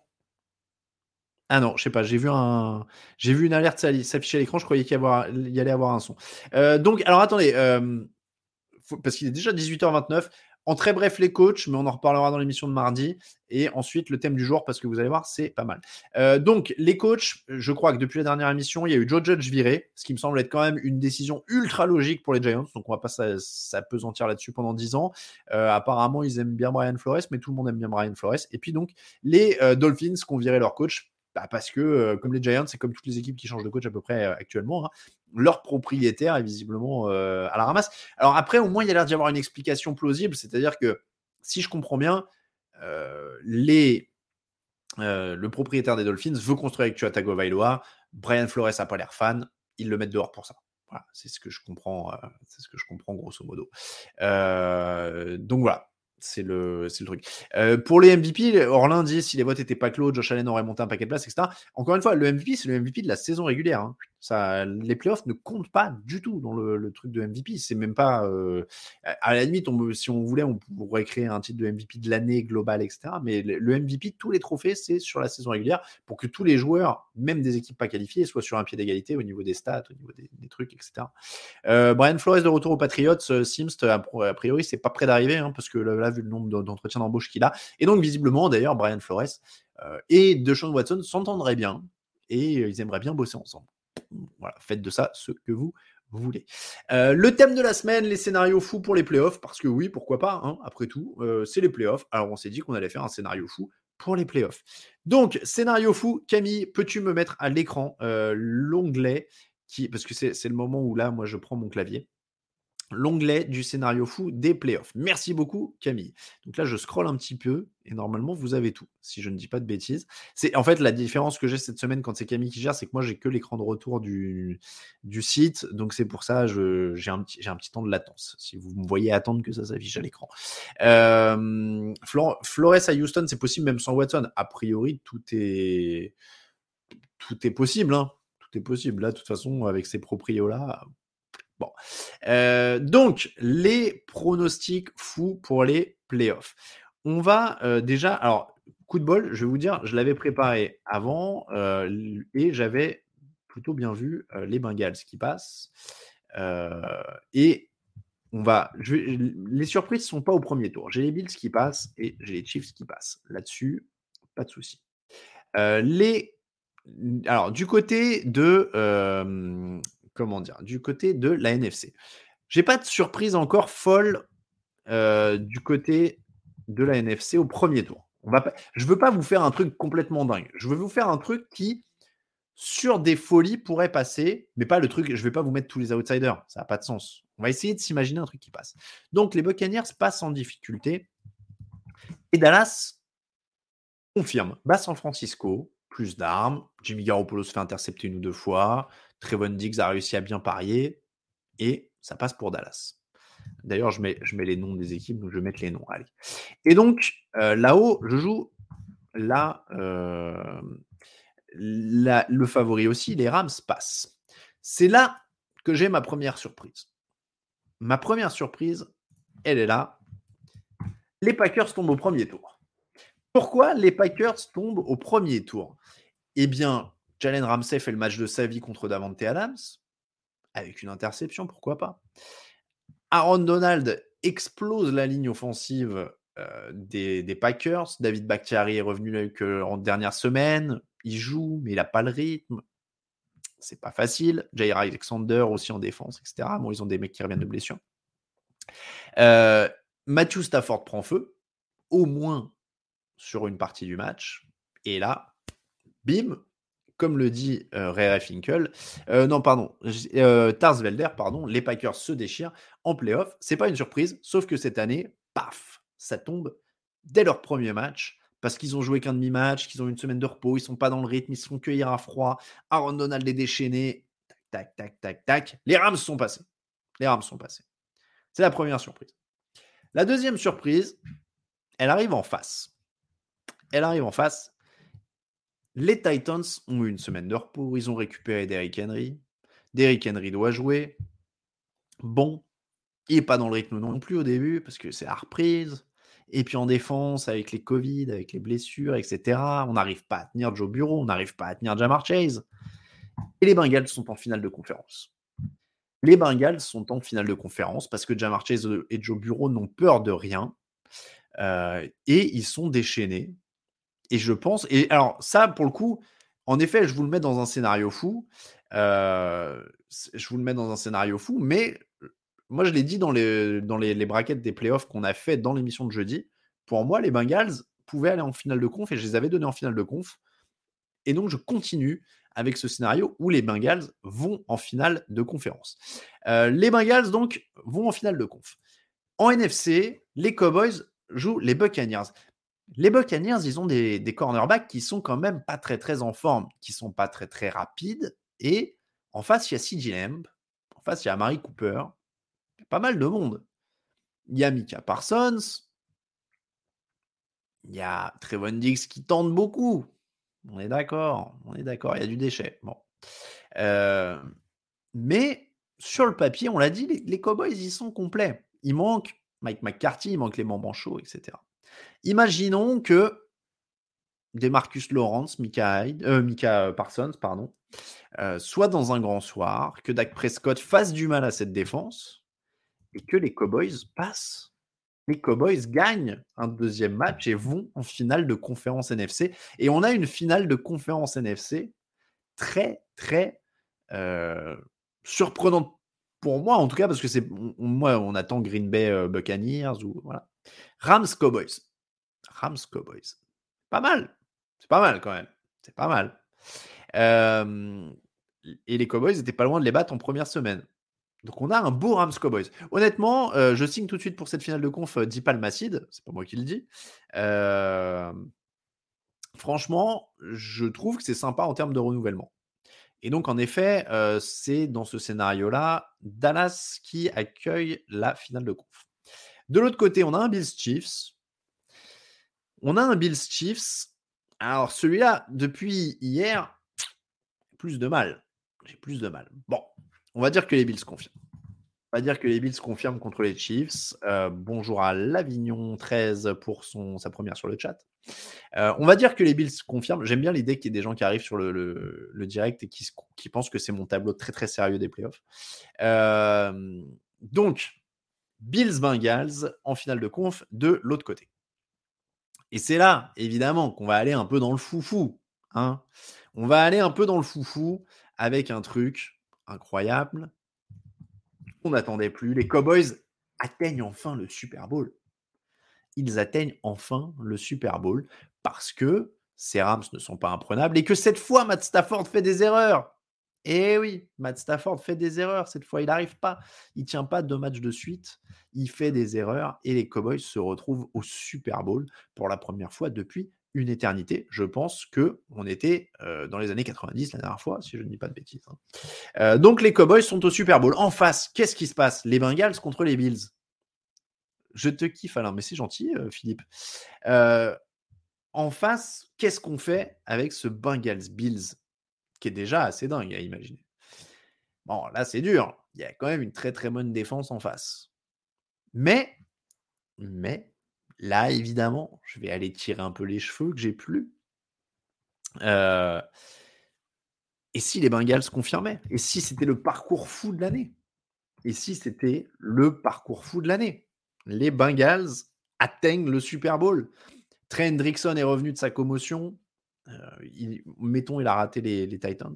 Ah non, je sais pas, j'ai vu un, j'ai vu une alerte s'afficher à l'écran, je croyais qu'il y, avoir... y allait avoir un son. Euh, donc, alors attendez, euh, faut... parce qu'il est déjà dix-huit heures vingt-neuf. En très bref, les coachs, mais on en reparlera dans l'émission de mardi. Et ensuite, le thème du jour, parce que vous allez voir, c'est pas mal. Euh, donc, les coachs, je crois que depuis la dernière émission, il y a eu Joe Judge viré, ce qui me semble être quand même une décision ultra logique pour les Giants. Donc, on va pas s'apesantir là-dessus pendant dix ans. Euh, apparemment, ils aiment bien Brian Flores, mais tout le monde aime bien Brian Flores. Et puis donc, les euh, Dolphins qui ont viré leur coach. Bah, parce que, euh, comme les Giants, c'est comme toutes les équipes qui changent de coach à peu près euh, actuellement, hein, leur propriétaire est visiblement euh, à la ramasse. Alors après, au moins, il y a l'air d'y avoir une explication plausible, c'est-à-dire que, si je comprends bien, euh, les, euh, le propriétaire des Dolphins veut construire avec Tua Tagovailoa. Brian Flores n'a pas l'air fan, ils le mettent dehors pour ça. Voilà, c'est ce que je comprends, euh, c'est ce que je comprends grosso modo. Euh, donc voilà. C'est le, c'est le truc. Euh, pour les M V P, Orlin dit si les votes n'étaient pas clos, Josh Allen aurait monté un paquet de places, et cetera. Encore une fois, le M V P, c'est le M V P de la saison régulière. Hein. Ça, les playoffs ne comptent pas du tout dans le, le truc de M V P. C'est même pas. Euh, à la limite, on, si on voulait, on pourrait créer un titre de M V P de l'année globale, et cetera. Mais le, le M V P, tous les trophées, c'est sur la saison régulière pour que tous les joueurs, même des équipes pas qualifiées, soient sur un pied d'égalité au niveau des stats, au niveau des, des trucs, et cetera. Euh, Brian Flores de retour aux Patriots, euh, Sims, a, a priori, c'est pas près d'arriver, hein, parce que là, vu le nombre d'entretiens d'embauche qu'il a, et donc visiblement, d'ailleurs, Brian Flores euh, et Deshaun Watson s'entendraient bien, et euh, ils aimeraient bien bosser ensemble. Voilà, faites de ça ce que vous voulez. Euh, le thème de la semaine, les scénarios fous pour les playoffs, parce que oui, pourquoi pas, hein, après tout, euh, c'est les playoffs. Alors on s'est dit qu'on allait faire un scénario fou pour les playoffs. Donc, scénario fou, Camille, peux-tu me mettre à l'écran euh, l'onglet qui, parce que c'est, c'est le moment où là, moi, je prends mon clavier, l'onglet du scénario fou des playoffs. Merci beaucoup, Camille. Donc là, je scrolle un petit peu et normalement, vous avez tout, si je ne dis pas de bêtises. C'est en fait la différence que j'ai cette semaine quand c'est Camille qui gère, c'est que moi, j'ai que l'écran de retour du, du site. Donc c'est pour ça, je, j'ai, un petit, j'ai un petit temps de latence. Si vous me voyez attendre que ça s'affiche à l'écran. Euh, Flor- Flores à Houston, c'est possible même sans Watson. A priori, tout est, tout est possible. Hein. Tout est possible. Là, de toute façon, avec ces proprios-là... Bon. Euh, donc, les pronostics fous pour les playoffs. On va euh, déjà... Alors, coup de bol, je vais vous dire, je l'avais préparé avant euh, et j'avais plutôt bien vu euh, les Bengals qui passent. Euh, et on va... Je vais, les surprises ne sont pas au premier tour. J'ai les Bills qui passent et j'ai les Chiefs qui passent. Là-dessus, pas de souci. Euh, les... Alors, du côté de... Euh, comment dire, du côté de la N F C. J'ai pas de surprise encore folle euh, du côté de la N F C au premier tour. On va pas, je veux pas vous faire un truc complètement dingue. Je veux vous faire un truc qui, sur des folies, pourrait passer, mais pas le truc. Je vais pas vous mettre tous les outsiders. Ça n'a pas de sens. On va essayer de s'imaginer un truc qui passe. Donc les Buccaneers passent en difficulté et Dallas confirme. Bat San Francisco, plus d'armes. Jimmy Garoppolo se fait intercepter une ou deux fois. Trevon Diggs a réussi à bien parier. Et ça passe pour Dallas. D'ailleurs, je mets, je mets les noms des équipes, donc je vais mettre les noms. Allez. Et donc, euh, là-haut, je joue là, euh, là, le favori aussi, les Rams passent. C'est là que j'ai ma première surprise. Ma première surprise, elle est là. Les Packers tombent au premier tour. Pourquoi les Packers tombent au premier tour ? Eh bien, Jalen Ramsey fait le match de sa vie contre Davante Adams, avec une interception, pourquoi pas. Aaron Donald explose la ligne offensive euh, des, des Packers. David Bakhtiari est revenu que en dernière semaine. Il joue, mais il n'a pas le rythme. C'est pas facile. Jair Alexander aussi en défense, et cetera. Bon, ils ont des mecs qui reviennent de blessure. Euh, Matthew Stafford prend feu, au moins sur une partie du match. Et là, bim, comme le dit euh, Ray Finkel, euh, non, pardon, euh, Tarsvelder, pardon, les Packers se déchirent en playoff. C'est pas une surprise, sauf que cette année, paf, ça tombe dès leur premier match, parce qu'ils ont joué qu'un demi-match, qu'ils ont une semaine de repos, ils sont pas dans le rythme, ils se font cueillir à froid. Aaron Donald est déchaîné, tac, tac, tac, tac. Les Rams sont passés. Les Rams sont passés. C'est la première surprise. La deuxième surprise, elle arrive en face. Elle arrive en face. Les Titans ont eu une semaine de repos, ils ont récupéré Derrick Henry. Derrick Henry doit jouer. Bon, il n'est pas dans le rythme non plus au début, parce que c'est la reprise. Et puis en défense, avec les Covid, avec les blessures, et cetera, on n'arrive pas à tenir Joe Burrow, on n'arrive pas à tenir Ja'Marr Chase. Et les Bengals sont en finale de conférence. Les Bengals sont en finale de conférence parce que Ja'Marr Chase et Joe Burrow n'ont peur de rien. Euh, et ils sont déchaînés. Et je pense, et alors ça, pour le coup, en effet, je vous le mets dans un scénario fou. Euh, je vous le mets dans un scénario fou, mais moi, je l'ai dit dans les, dans les, les brackets des playoffs qu'on a fait dans l'émission de jeudi. Pour moi, les Bengals pouvaient aller en finale de conf et je les avais donnés en finale de conf. Et donc, je continue avec ce scénario où les Bengals vont en finale de conférence. Euh, les Bengals, donc, vont en finale de conf. En N F C, les Cowboys jouent les Buccaneers. Les Buccaneers, ils ont des, des cornerbacks qui sont quand même pas très très en forme, qui sont pas très très rapides. Et en face, il y a C J Lamb. En face, il y a Amari Cooper. Il y a pas mal de monde. Il y a Micah Parsons. Il y a Trevon Diggs qui tente beaucoup. On est d'accord. On est d'accord. Il y a du déchet. Bon. Euh, mais sur le papier, on l'a dit, les, les Cowboys, ils sont complets. Il manque Mike McCarthy, il manque Clément Banchot, et cetera. Imaginons que Demarcus Lawrence, Micah, Hyde, euh, Micah Parsons, pardon, euh, soit dans un grand soir, que Dak Prescott fasse du mal à cette défense et que les Cowboys passent. Les Cowboys gagnent un deuxième match et vont en finale de conférence N F C. Et on a une finale de conférence N F C très, très euh, surprenante pour moi, en tout cas, parce que c'est on, moi, on attend Green Bay euh, Buccaneers ou voilà. Rams Cowboys. Rams Cowboys. Pas mal. C'est pas mal quand même. C'est pas mal. Euh, et les Cowboys étaient pas loin de les battre en première semaine. Donc on a un beau Rams Cowboys. Honnêtement, euh, je signe tout de suite pour cette finale de conf euh, Dipal Massid. C'est pas moi qui le dis. Euh, franchement, je trouve que c'est sympa en termes de renouvellement. Et donc, en effet, euh, c'est dans ce scénario-là Dallas qui accueille la finale de conf. De l'autre côté, on a un Bills Chiefs. On a un Bills Chiefs. Alors, celui-là, depuis hier, plus de mal. J'ai plus de mal. Bon, on va dire que les Bills confirment. On va dire que les Bills confirment contre les Chiefs. Euh, bonjour à Lavignon treize pour son, sa première sur le chat. Euh, on va dire que les Bills confirment. J'aime bien l'idée qu'il y ait des gens qui arrivent sur le, le, le direct et qui, qui pensent que c'est mon tableau très très sérieux des playoffs. Euh, donc, Bills Bengals en finale de conf de l'autre côté. Et c'est là, évidemment, qu'on va aller un peu dans le foufou. Hein. On va aller un peu dans le foufou avec un truc incroyable. On n'attendait plus. Les Cowboys atteignent enfin le Super Bowl. Ils atteignent enfin le Super Bowl parce que ces Rams ne sont pas imprenables et que cette fois, Matt Stafford fait des erreurs. Eh oui, Matt Stafford fait des erreurs. Cette fois, il n'arrive pas. Il ne tient pas deux matchs de suite. Il fait des erreurs et les Cowboys se retrouvent au Super Bowl pour la première fois depuis une éternité. Je pense qu'on était euh, dans les années quatre-vingt-dix la dernière fois, si je ne dis pas de bêtises. Hein. Euh, donc, les Cowboys sont au Super Bowl. En face, qu'est-ce qui se passe? Les Bengals contre les Bills. Je te kiffe, Alain, mais c'est gentil, euh, Philippe. Euh, en face, qu'est-ce qu'on fait avec ce Bengals Bills qui est déjà assez dingue à imaginer? Bon, là, c'est dur. Il y a quand même une très très bonne défense en face. Mais, mais, là, évidemment, je vais aller tirer un peu les cheveux que j'ai plus. Euh, et si les Bengals confirmaient? Et si c'était le parcours fou de l'année? Et si c'était le parcours fou de l'année? Les Bengals atteignent le Super Bowl. Trey Hendrickson est revenu de sa commotion. Euh, il, mettons, il a raté les, les Titans.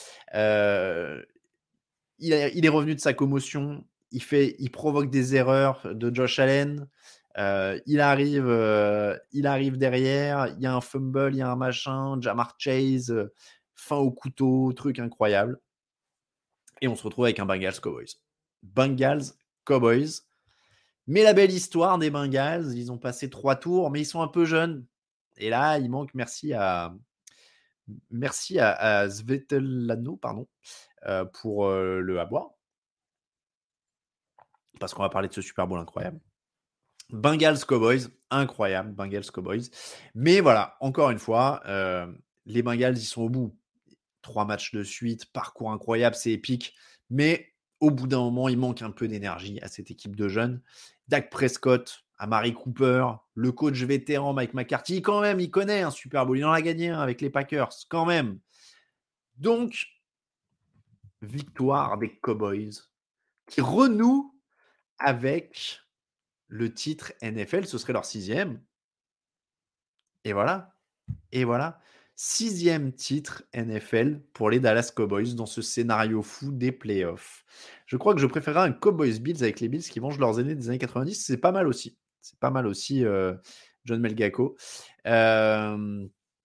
Euh, il, a, il est revenu de sa commotion. Il, fait, il provoque des erreurs de Josh Allen. Euh, il, arrive, euh, il arrive derrière. Il y a un fumble, il y a un machin. Jamar Chase, euh, fin au couteau, truc incroyable. Et on se retrouve avec un Bengals Cowboys. Bengals Cowboys. Mais la belle histoire des Bengals, ils ont passé trois tours, mais ils sont un peu jeunes. Et là, il manque, merci à, merci à, à Svetlano, pardon, euh, pour euh, le avoir. Parce qu'on va parler de ce Super Bowl incroyable. Bengals Cowboys, incroyable, Bengals Cowboys. Mais voilà, encore une fois, euh, les Bengals, ils sont au bout. Trois matchs de suite, parcours incroyable, c'est épique. Mais au bout d'un moment, il manque un peu d'énergie à cette équipe de jeunes. Dak Prescott, Amari Cooper, le coach vétéran Mike McCarthy, quand même, il connaît un Super Bowl. Il en a gagné un avec les Packers, quand même. Donc, victoire des Cowboys qui renouent avec le titre N F L. Ce serait leur sixième. Et voilà. Et voilà. Sixième titre N F L pour les Dallas Cowboys dans ce scénario fou des playoffs. Je crois que je préférerais un Cowboys Bills avec les Bills qui vengent leurs aînés des années quatre-vingt-dix. C'est pas mal aussi. C'est pas mal aussi, euh, John Melgaco. Euh,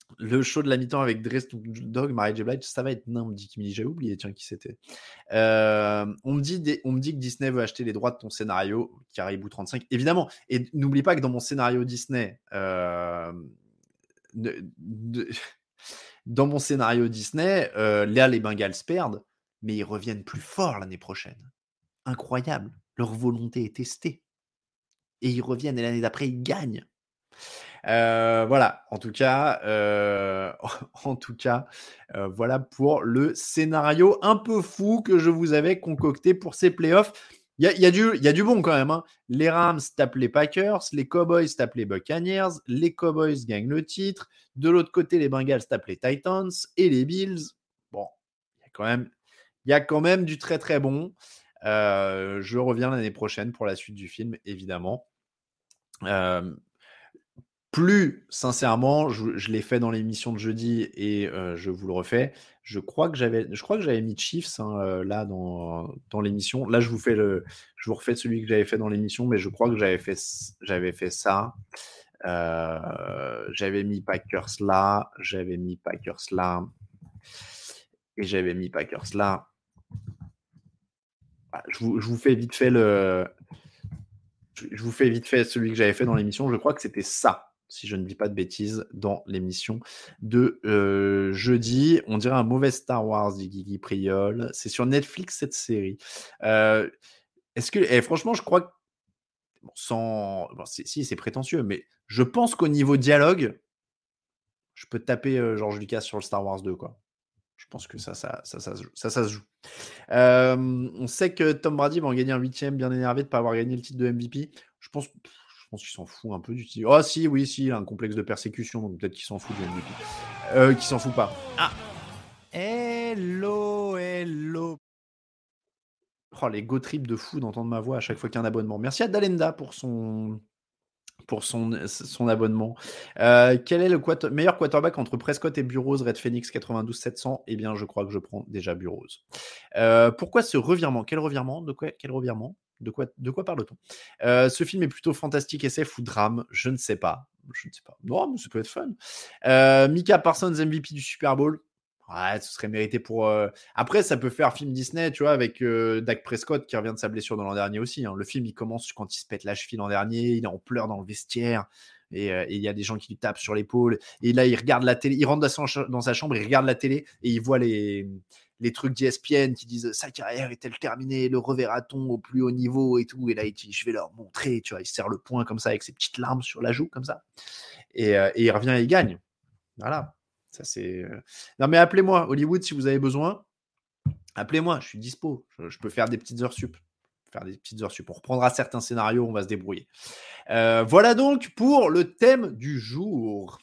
Le show de la mi-temps avec Dre Snoop Dogg, Mary J. Blige, ça va être nain, me dit Kimili. J'avais oublié, tiens, qui c'était. Euh, on, me dit des, on me dit que Disney veut acheter les droits de ton scénario, Caribou trente-cinq. Évidemment. Et n'oublie pas que dans mon scénario Disney, euh, de, de, dans mon scénario Disney, euh, là, les Bengals perdent, mais ils reviennent plus forts l'année prochaine. Incroyable. Leur volonté est testée. Et ils reviennent, et l'année d'après, ils gagnent. Euh, voilà, en tout cas, euh, en tout cas, euh, voilà pour le scénario un peu fou que je vous avais concocté pour ces playoffs. Il y a, y a, du, y a du bon quand même. Hein. Les Rams tapent les Packers, les Cowboys tapent les Buccaneers, les Cowboys gagnent le titre. De l'autre côté, les Bengals tapent les Titans et les Bills. Bon, il y a quand même, il y a quand même du très très bon. Euh, je reviens l'année prochaine pour la suite du film, évidemment. Euh, Plus sincèrement, je, je l'ai fait dans l'émission de jeudi et euh, je vous le refais. Je crois que j'avais, je crois que j'avais mis Chiefs hein, euh, là dans, dans l'émission. Là, je vous fais le, je vous refais celui que j'avais fait dans l'émission, mais je crois que j'avais fait, j'avais fait ça. Euh, j'avais mis Packers là, j'avais mis Packers là et j'avais mis Packers là. Ah, je, vous, je vous fais vite fait le, je, je vous fais vite fait celui que j'avais fait dans l'émission. Je crois que c'était ça. Si je ne dis pas de bêtises, dans l'émission de euh, jeudi. On dirait un mauvais Star Wars, dit Guigui Priol. C'est sur Netflix, cette série. Euh, est-ce que, eh, franchement, je crois que, bon, sans, bon, c'est, si, c'est prétentieux, mais je pense qu'au niveau dialogue, je peux taper euh, George Lucas sur le Star Wars deux, quoi. Je pense que ça, ça, ça, ça, ça, ça, ça se joue. Euh, on sait que Tom Brady va en gagner un huitième, bien énervé de ne pas avoir gagné le titre de M V P. Je pense... Je pense qu'il s'en fout un peu du titre. Oh si, oui, si, il a un complexe de persécution, donc peut-être qu'il s'en fout du M V P. Euh, qu'il s'en fout pas. Ah Hello, hello. Oh, les go trips de fou d'entendre ma voix à chaque fois qu'il y a un abonnement. Merci à Dalenda pour son... pour son, son abonnement. Euh, quel est le quater- meilleur quarterback entre Prescott et Burrows, Red Phoenix quatre-vingt-douze sept cents? Eh bien, je crois que je prends déjà Burrows. Euh, pourquoi ce revirement? Quel revirement? De quoi, quel revirement? De quoi, de quoi parle-t-on? euh, Ce film est plutôt fantastique, S F ou drame? Je ne sais pas. Je ne sais pas. Non, mais ça peut être fun. Euh, Micah Parsons, M V P du Super Bowl. Ouais, ce serait mérité pour. Euh... Après, ça peut faire film Disney, tu vois, avec euh, Dak Prescott qui revient de sa blessure dans l'an dernier aussi. Hein. Le film, il commence quand il se pète la cheville l'an dernier, il est en pleurs dans le vestiaire et il euh, y a des gens qui lui tapent sur l'épaule. Et là, il regarde la télé, il rentre dans sa, dans sa chambre, il regarde la télé et il voit les, les trucs d'E S P N qui disent sa carrière est-elle terminée, le reverra-t-on au plus haut niveau et tout. Et là, il dit je vais leur montrer, tu vois, il serre le poing comme ça avec ses petites larmes sur la joue comme ça. Et, euh, et il revient et il gagne. Voilà. Ça, c'est... Non, mais appelez-moi, Hollywood, si vous avez besoin. Appelez-moi, je suis dispo. Je, je peux faire des petites heures sup. Faire des petites heures sup. On reprendra certains scénarios, on va se débrouiller. Euh, voilà donc pour le thème du jour.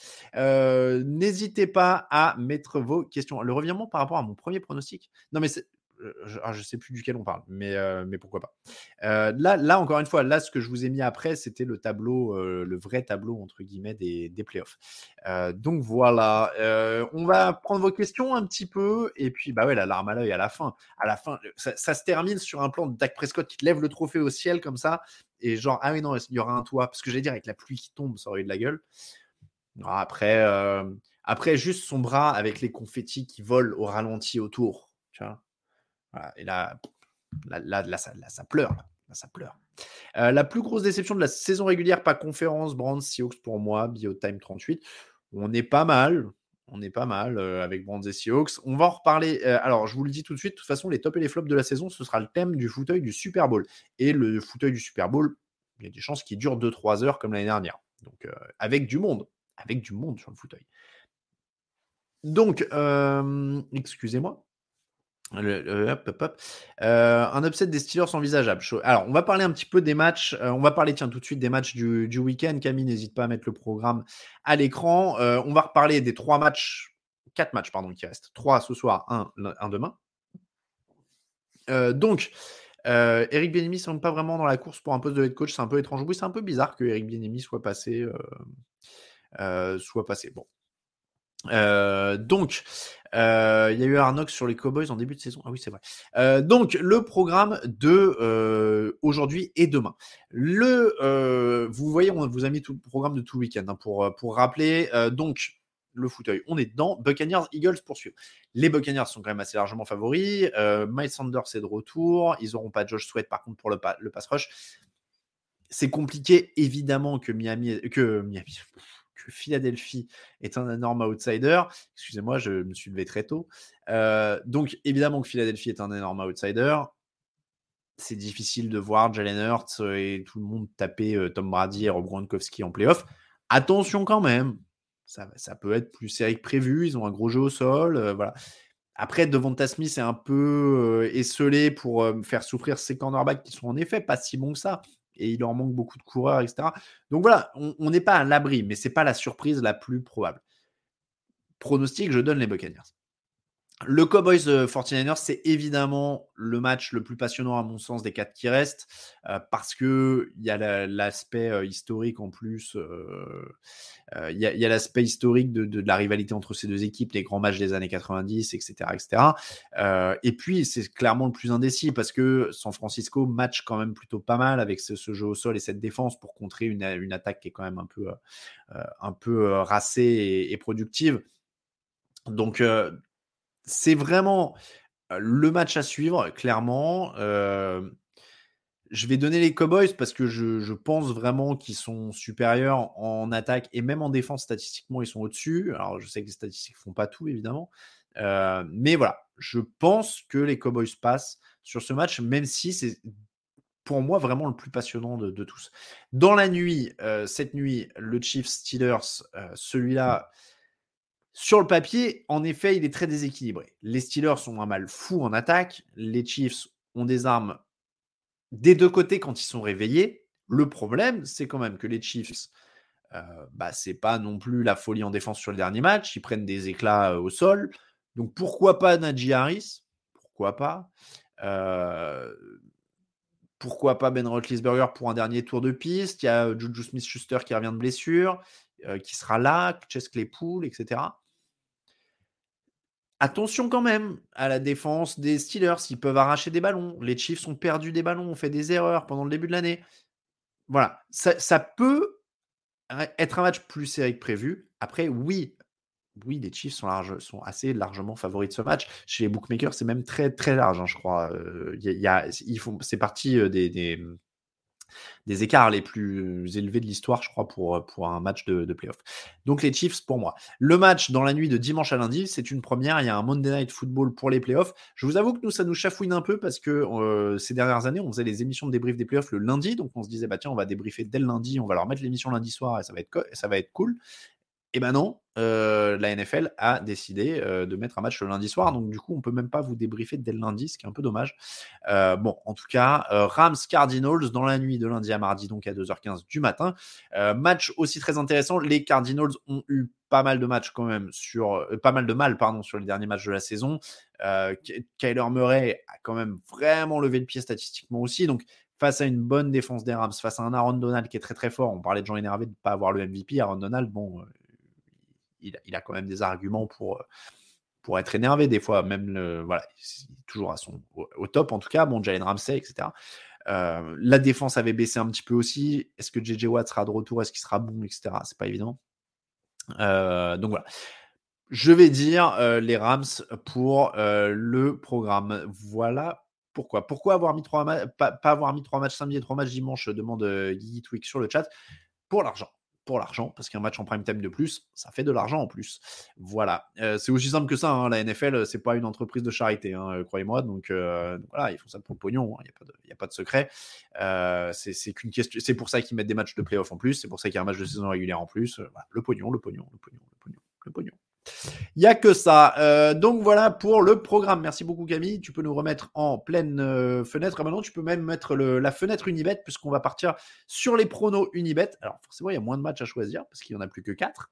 Euh, n'hésitez pas à mettre vos questions. Le revirement par rapport à mon premier pronostic. Non, mais c'est... Je ne sais plus duquel on parle, mais, euh, mais pourquoi pas. Euh, là, là, encore une fois, là, ce que je vous ai mis après, c'était le tableau, euh, le vrai tableau, entre guillemets, des, des playoffs. Euh, donc voilà, euh, on va prendre vos questions un petit peu, et puis, bah ouais, la larme à l'œil à la fin. À la fin, ça, ça se termine sur un plan de Dak Prescott qui te lève le trophée au ciel comme ça, et genre, ah oui, non, il y aura un toit, parce que j'allais dire, avec la pluie qui tombe, ça aurait eu de la gueule. Non, après, euh, après, juste son bras avec les confettis qui volent au ralenti autour, tu vois. Voilà. Et là, là, là, là, ça, là, ça pleure. Là, là ça pleure. Euh, la plus grosse déception de la saison régulière, pas conférence, Brands, Seahawks pour moi, Biotime trente-huit. On est pas mal. On est pas mal euh, avec Brands et Seahawks. On va en reparler. Euh, alors, je vous le dis tout de suite. De toute façon, les tops et les flops de la saison, ce sera le thème du fauteuil du Super Bowl. Et le fauteuil du Super Bowl, il y a des chances qu'il dure deux trois heures comme l'année dernière. Donc, euh, avec du monde. Avec du monde sur le fauteuil. Donc, euh, excusez-moi. Le, le, hop, hop, hop. Euh, un upset des Steelers envisageable. Alors, on va parler un petit peu des matchs. Euh, on va parler, tiens, tout de suite des matchs du, du week-end. Camille, n'hésite pas à mettre le programme à l'écran. Euh, on va reparler des trois matchs, quatre matchs, pardon, qui restent. Trois ce soir, un, un demain. Euh, donc, euh, Eric Bieniemy semble pas vraiment dans la course pour un poste de head coach. C'est un peu étrange. Oui, c'est un peu bizarre que Eric Bieniemy soit passé. Euh, euh, soit passé. Bon. Euh, donc, euh, il y a eu Arnox sur les Cowboys en début de saison. Ah oui, c'est vrai. Euh, donc, le programme de euh, aujourd'hui et demain. Le, euh, vous voyez, on vous a mis tout le programme de tout le week-end hein, pour pour rappeler. Euh, donc, le fauteuil, on est dedans. Buccaneers, Eagles poursuivent. Les Buccaneers sont quand même assez largement favoris. Euh, Miles Sanders est de retour. Ils n'auront pas Josh Sweat par contre pour le, pa- le pass rush. C'est compliqué, évidemment, que Miami, que Miami, que Philadelphie est un énorme outsider. Excusez-moi, je me suis levé très tôt. Euh, donc, évidemment que Philadelphie est un énorme outsider. C'est difficile de voir Jalen Hurts et tout le monde taper euh, Tom Brady et Rob Gronkowski en playoff. Attention quand même, ça, ça peut être plus serré que prévu. Ils ont un gros jeu au sol. Euh, voilà. Après, Devonta Smith est un peu euh, esselé pour euh, faire souffrir ses cornerbacks qui sont en effet pas si bons que ça. Et il leur manque beaucoup de coureurs, et cetera. Donc voilà, on n'est pas à l'abri, mais ce n'est pas la surprise la plus probable. Pronostic, je donne les Buccaneers. Le Cowboys euh, forty-niners, c'est évidemment le match le plus passionnant à mon sens des quatre qui restent, euh, parce qu'il y a la, l'aspect euh, historique en plus, il euh, euh, y, y a l'aspect historique de, de, de la rivalité entre ces deux équipes, les grands matchs des années quatre-vingt-dix, et cetera. et cetera. Euh, et puis, c'est clairement le plus indécis, parce que San Francisco match quand même plutôt pas mal avec ce, ce jeu au sol et cette défense pour contrer une, une attaque qui est quand même un peu, euh, un peu euh, racée et, et productive. Donc, euh, c'est vraiment le match à suivre, clairement. Euh, je vais donner les Cowboys parce que je, je pense vraiment qu'ils sont supérieurs en attaque et même en défense, statistiquement, ils sont au-dessus. Alors, je sais que les statistiques ne font pas tout, évidemment. Euh, mais voilà, je pense que les Cowboys passent sur ce match, même si c'est pour moi vraiment le plus passionnant de, de tous. Dans la nuit, euh, cette nuit, le Chiefs-Steelers, euh, celui-là... Sur le papier, en effet, il est très déséquilibré. Les Steelers ont un mal fou en attaque. Les Chiefs ont des armes des deux côtés quand ils sont réveillés. Le problème, c'est quand même que les Chiefs, euh, bah, c'est pas non plus la folie en défense sur le dernier match. Ils prennent des éclats euh, au sol. Donc pourquoi pas Najee Harris? Pourquoi pas euh, Pourquoi pas Ben Roethlisberger pour un dernier tour de piste? Il y a Juju Smith-Schuster qui revient de blessure, euh, qui sera là, Chase Claypool, et cetera. Attention quand même à la défense des Steelers, ils peuvent arracher des ballons. Les Chiefs ont perdu des ballons, ont fait des erreurs pendant le début de l'année. Voilà, ça, ça peut être un match plus serré que prévu. Après, oui, oui, les Chiefs sont, large, sont assez largement favoris de ce match. Chez les bookmakers, c'est même très très large, hein, je crois. Euh, y a, y a, ils font, c'est parti des, des, des écarts les plus élevés de l'histoire, je crois, pour, pour un match de, de playoff. Donc les Chiefs, pour moi. Le match dans la nuit de dimanche à lundi, c'est une première. Il y a un Monday Night Football pour les playoffs. Je vous avoue que nous, ça nous chafouine un peu parce que euh, ces dernières années, on faisait les émissions de débrief des playoffs le lundi. Donc on se disait, bah tiens, on va débriefer dès le lundi, on va leur mettre l'émission lundi soir et ça va être, co- ça va être cool. Et ben non, euh, la N F L a décidé euh, de mettre un match le lundi soir, donc du coup on peut même pas vous débriefer dès le lundi, ce qui est un peu dommage. Euh, bon, en tout cas, euh, Rams Cardinals dans la nuit de lundi à mardi, donc à deux heures quinze du matin. Euh, match aussi très intéressant. Les Cardinals ont eu pas mal de matchs quand même sur, euh, pas mal de mal pardon sur les derniers matchs de la saison. Euh, Kyler Murray a quand même vraiment levé le pied statistiquement aussi, donc face à une bonne défense des Rams, face à un Aaron Donald qui est très très fort. On parlait de gens énervés de ne pas avoir le M V P. Aaron Donald, bon, euh, il, il a quand même des arguments pour, pour être énervé des fois. Même le, voilà, il est toujours à son, au, au top en tout cas. Bon, Jalen Ramsey, et cetera. Euh, la défense avait baissé un petit peu aussi. Est-ce que J J Watt sera de retour? Est-ce qu'il sera bon, et cetera. C'est pas évident. Euh, donc voilà. Je vais dire euh, les Rams pour euh, le programme. Voilà pourquoi. Pourquoi avoir mis trois ma- pas, pas avoir mis trois matchs samedi et trois matchs dimanche, demande euh, Guigui Twig sur le chat. Pour l'argent. Pour l'argent, parce qu'un match en prime time de plus, ça fait de l'argent en plus. Voilà. Euh, c'est aussi simple que ça. Hein. La N F L, c'est pas une entreprise de charité, hein, croyez-moi. Donc, euh, donc voilà, ils font ça pour le pognon. Il hein. n'y a, a pas de secret. Euh, c'est, c'est, qu'une question, c'est pour ça qu'ils mettent des matchs de playoff en plus. C'est pour ça qu'il y a un match de saison régulière en plus. Voilà. Le pognon, le pognon, le pognon, le pognon, le pognon. Il n'y a que ça. Euh, donc voilà pour le programme. Merci beaucoup Camille. Tu peux nous remettre en pleine euh, fenêtre. Et maintenant, tu peux même mettre le, la fenêtre Unibet puisqu'on va partir sur les pronos Unibet. Alors forcément, il y a moins de matchs à choisir parce qu'il n'y en a plus que quatre.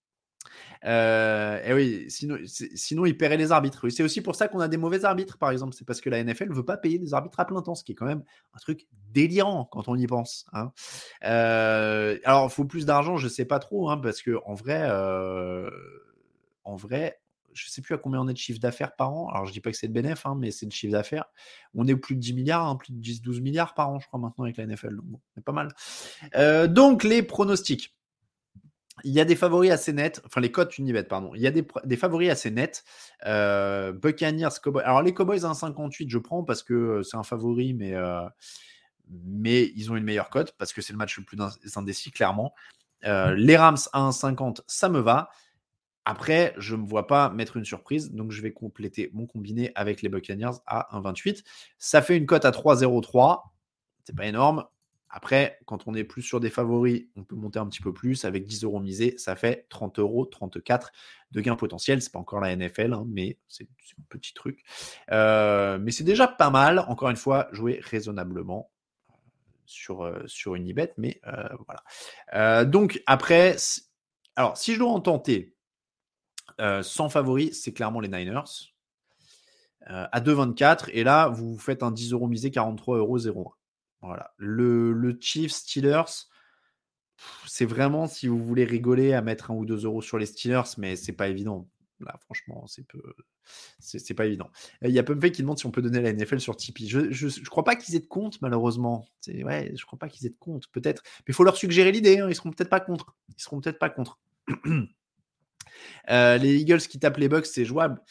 Euh, et oui, sinon, sinon ils paieraient les arbitres. Oui, c'est aussi pour ça qu'on a des mauvais arbitres, par exemple. C'est parce que la N F L ne veut pas payer des arbitres à plein temps, ce qui est quand même un truc délirant quand on y pense. Hein. Euh, alors, il faut plus d'argent, je ne sais pas trop, hein, parce que en vrai... Euh, En vrai, je ne sais plus à combien on est de chiffre d'affaires par an. Alors, je ne dis pas que c'est de bénéf, hein, mais c'est de chiffre d'affaires. On est plus de dix milliards, hein, plus de dix douze milliards par an, je crois, maintenant avec la N F L. Donc, bon, c'est pas mal. Euh, donc, les pronostics. Il y a des favoris assez nets, enfin les cotes Unibet, pardon. Il y a des, des favoris assez nets. Euh, Buccaneers, Cowboys. Alors les Cowboys à un cinquante-huit, je prends parce que c'est un favori, mais, euh, mais ils ont une meilleure cote parce que c'est le match le plus indécis, clairement. Euh, les Rams à un cinquante, ça me va. Après, je ne me vois pas mettre une surprise, donc je vais compléter mon combiné avec les Buccaneers à un vingt-huit. Ça fait une cote à trois virgule zéro trois. C'est pas énorme. Après, quand on est plus sur des favoris, on peut monter un petit peu plus. Avec dix euros misés, ça fait trente euros, trente-quatre de gain potentiel. C'est pas encore la N F L, hein, mais c'est, c'est un petit truc. Euh, mais c'est déjà pas mal. Encore une fois, jouer raisonnablement sur, euh, sur Unibet. Mais euh, voilà. Euh, donc, après, alors, si je dois en tenter euh, sans favori, c'est clairement les Niners. Euh, à deux virgule vingt-quatre. Et là, vous faites un dix euros misé, quarante-trois euros zéro un. Voilà. Le, le Chiefs Steelers, c'est vraiment si vous voulez rigoler à mettre un ou deux euros sur les Steelers, mais c'est pas évident. Là, franchement, c'est peu, c'est, c'est pas évident. Il y a Pumpé qui demande si on peut donner la N F L sur Tipeee. Je, je, je crois pas qu'ils aient de compte, malheureusement. C'est, ouais, je crois pas qu'ils aient de compte, peut-être. Mais il faut leur suggérer l'idée. Hein. Ils seront peut-être pas contre. Ils seront peut-être pas contre. euh, les Eagles qui tapent les Bucks, c'est jouable.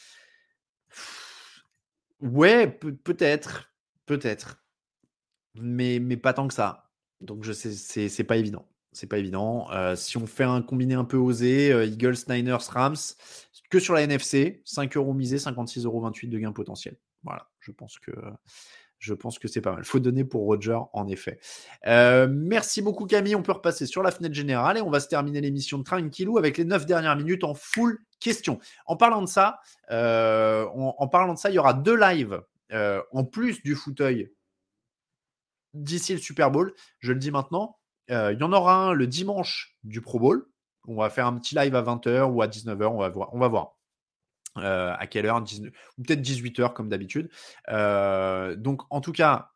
Ouais, pe- peut-être, peut-être, mais, mais pas tant que ça. Donc je sais, c'est, c'est pas évident. C'est pas évident. Euh, si on fait un combiné un peu osé, euh, Eagles, Niners, Rams, que sur la N F C, cinq euros misés, cinquante-six euros vingt-huit de gain potentiel. Voilà, je pense que je pense que c'est pas mal. Faut donner pour Roger, en effet. Euh, merci beaucoup Camille. On peut repasser sur la fenêtre générale et on va se terminer l'émission de tranquillou avec les neuf dernières minutes en full question. En parlant de ça, euh, en, en parlant de ça, il y aura deux lives euh, en plus du fauteuil d'ici le Super Bowl. Je le dis maintenant. Euh, il y en aura un le dimanche du Pro Bowl. On va faire un petit live à vingt heures ou à dix-neuf heures. On va voir. On va voir. Euh, à quelle heure, dix-neuf ou peut-être dix-huit heures comme d'habitude. Euh, donc en tout cas,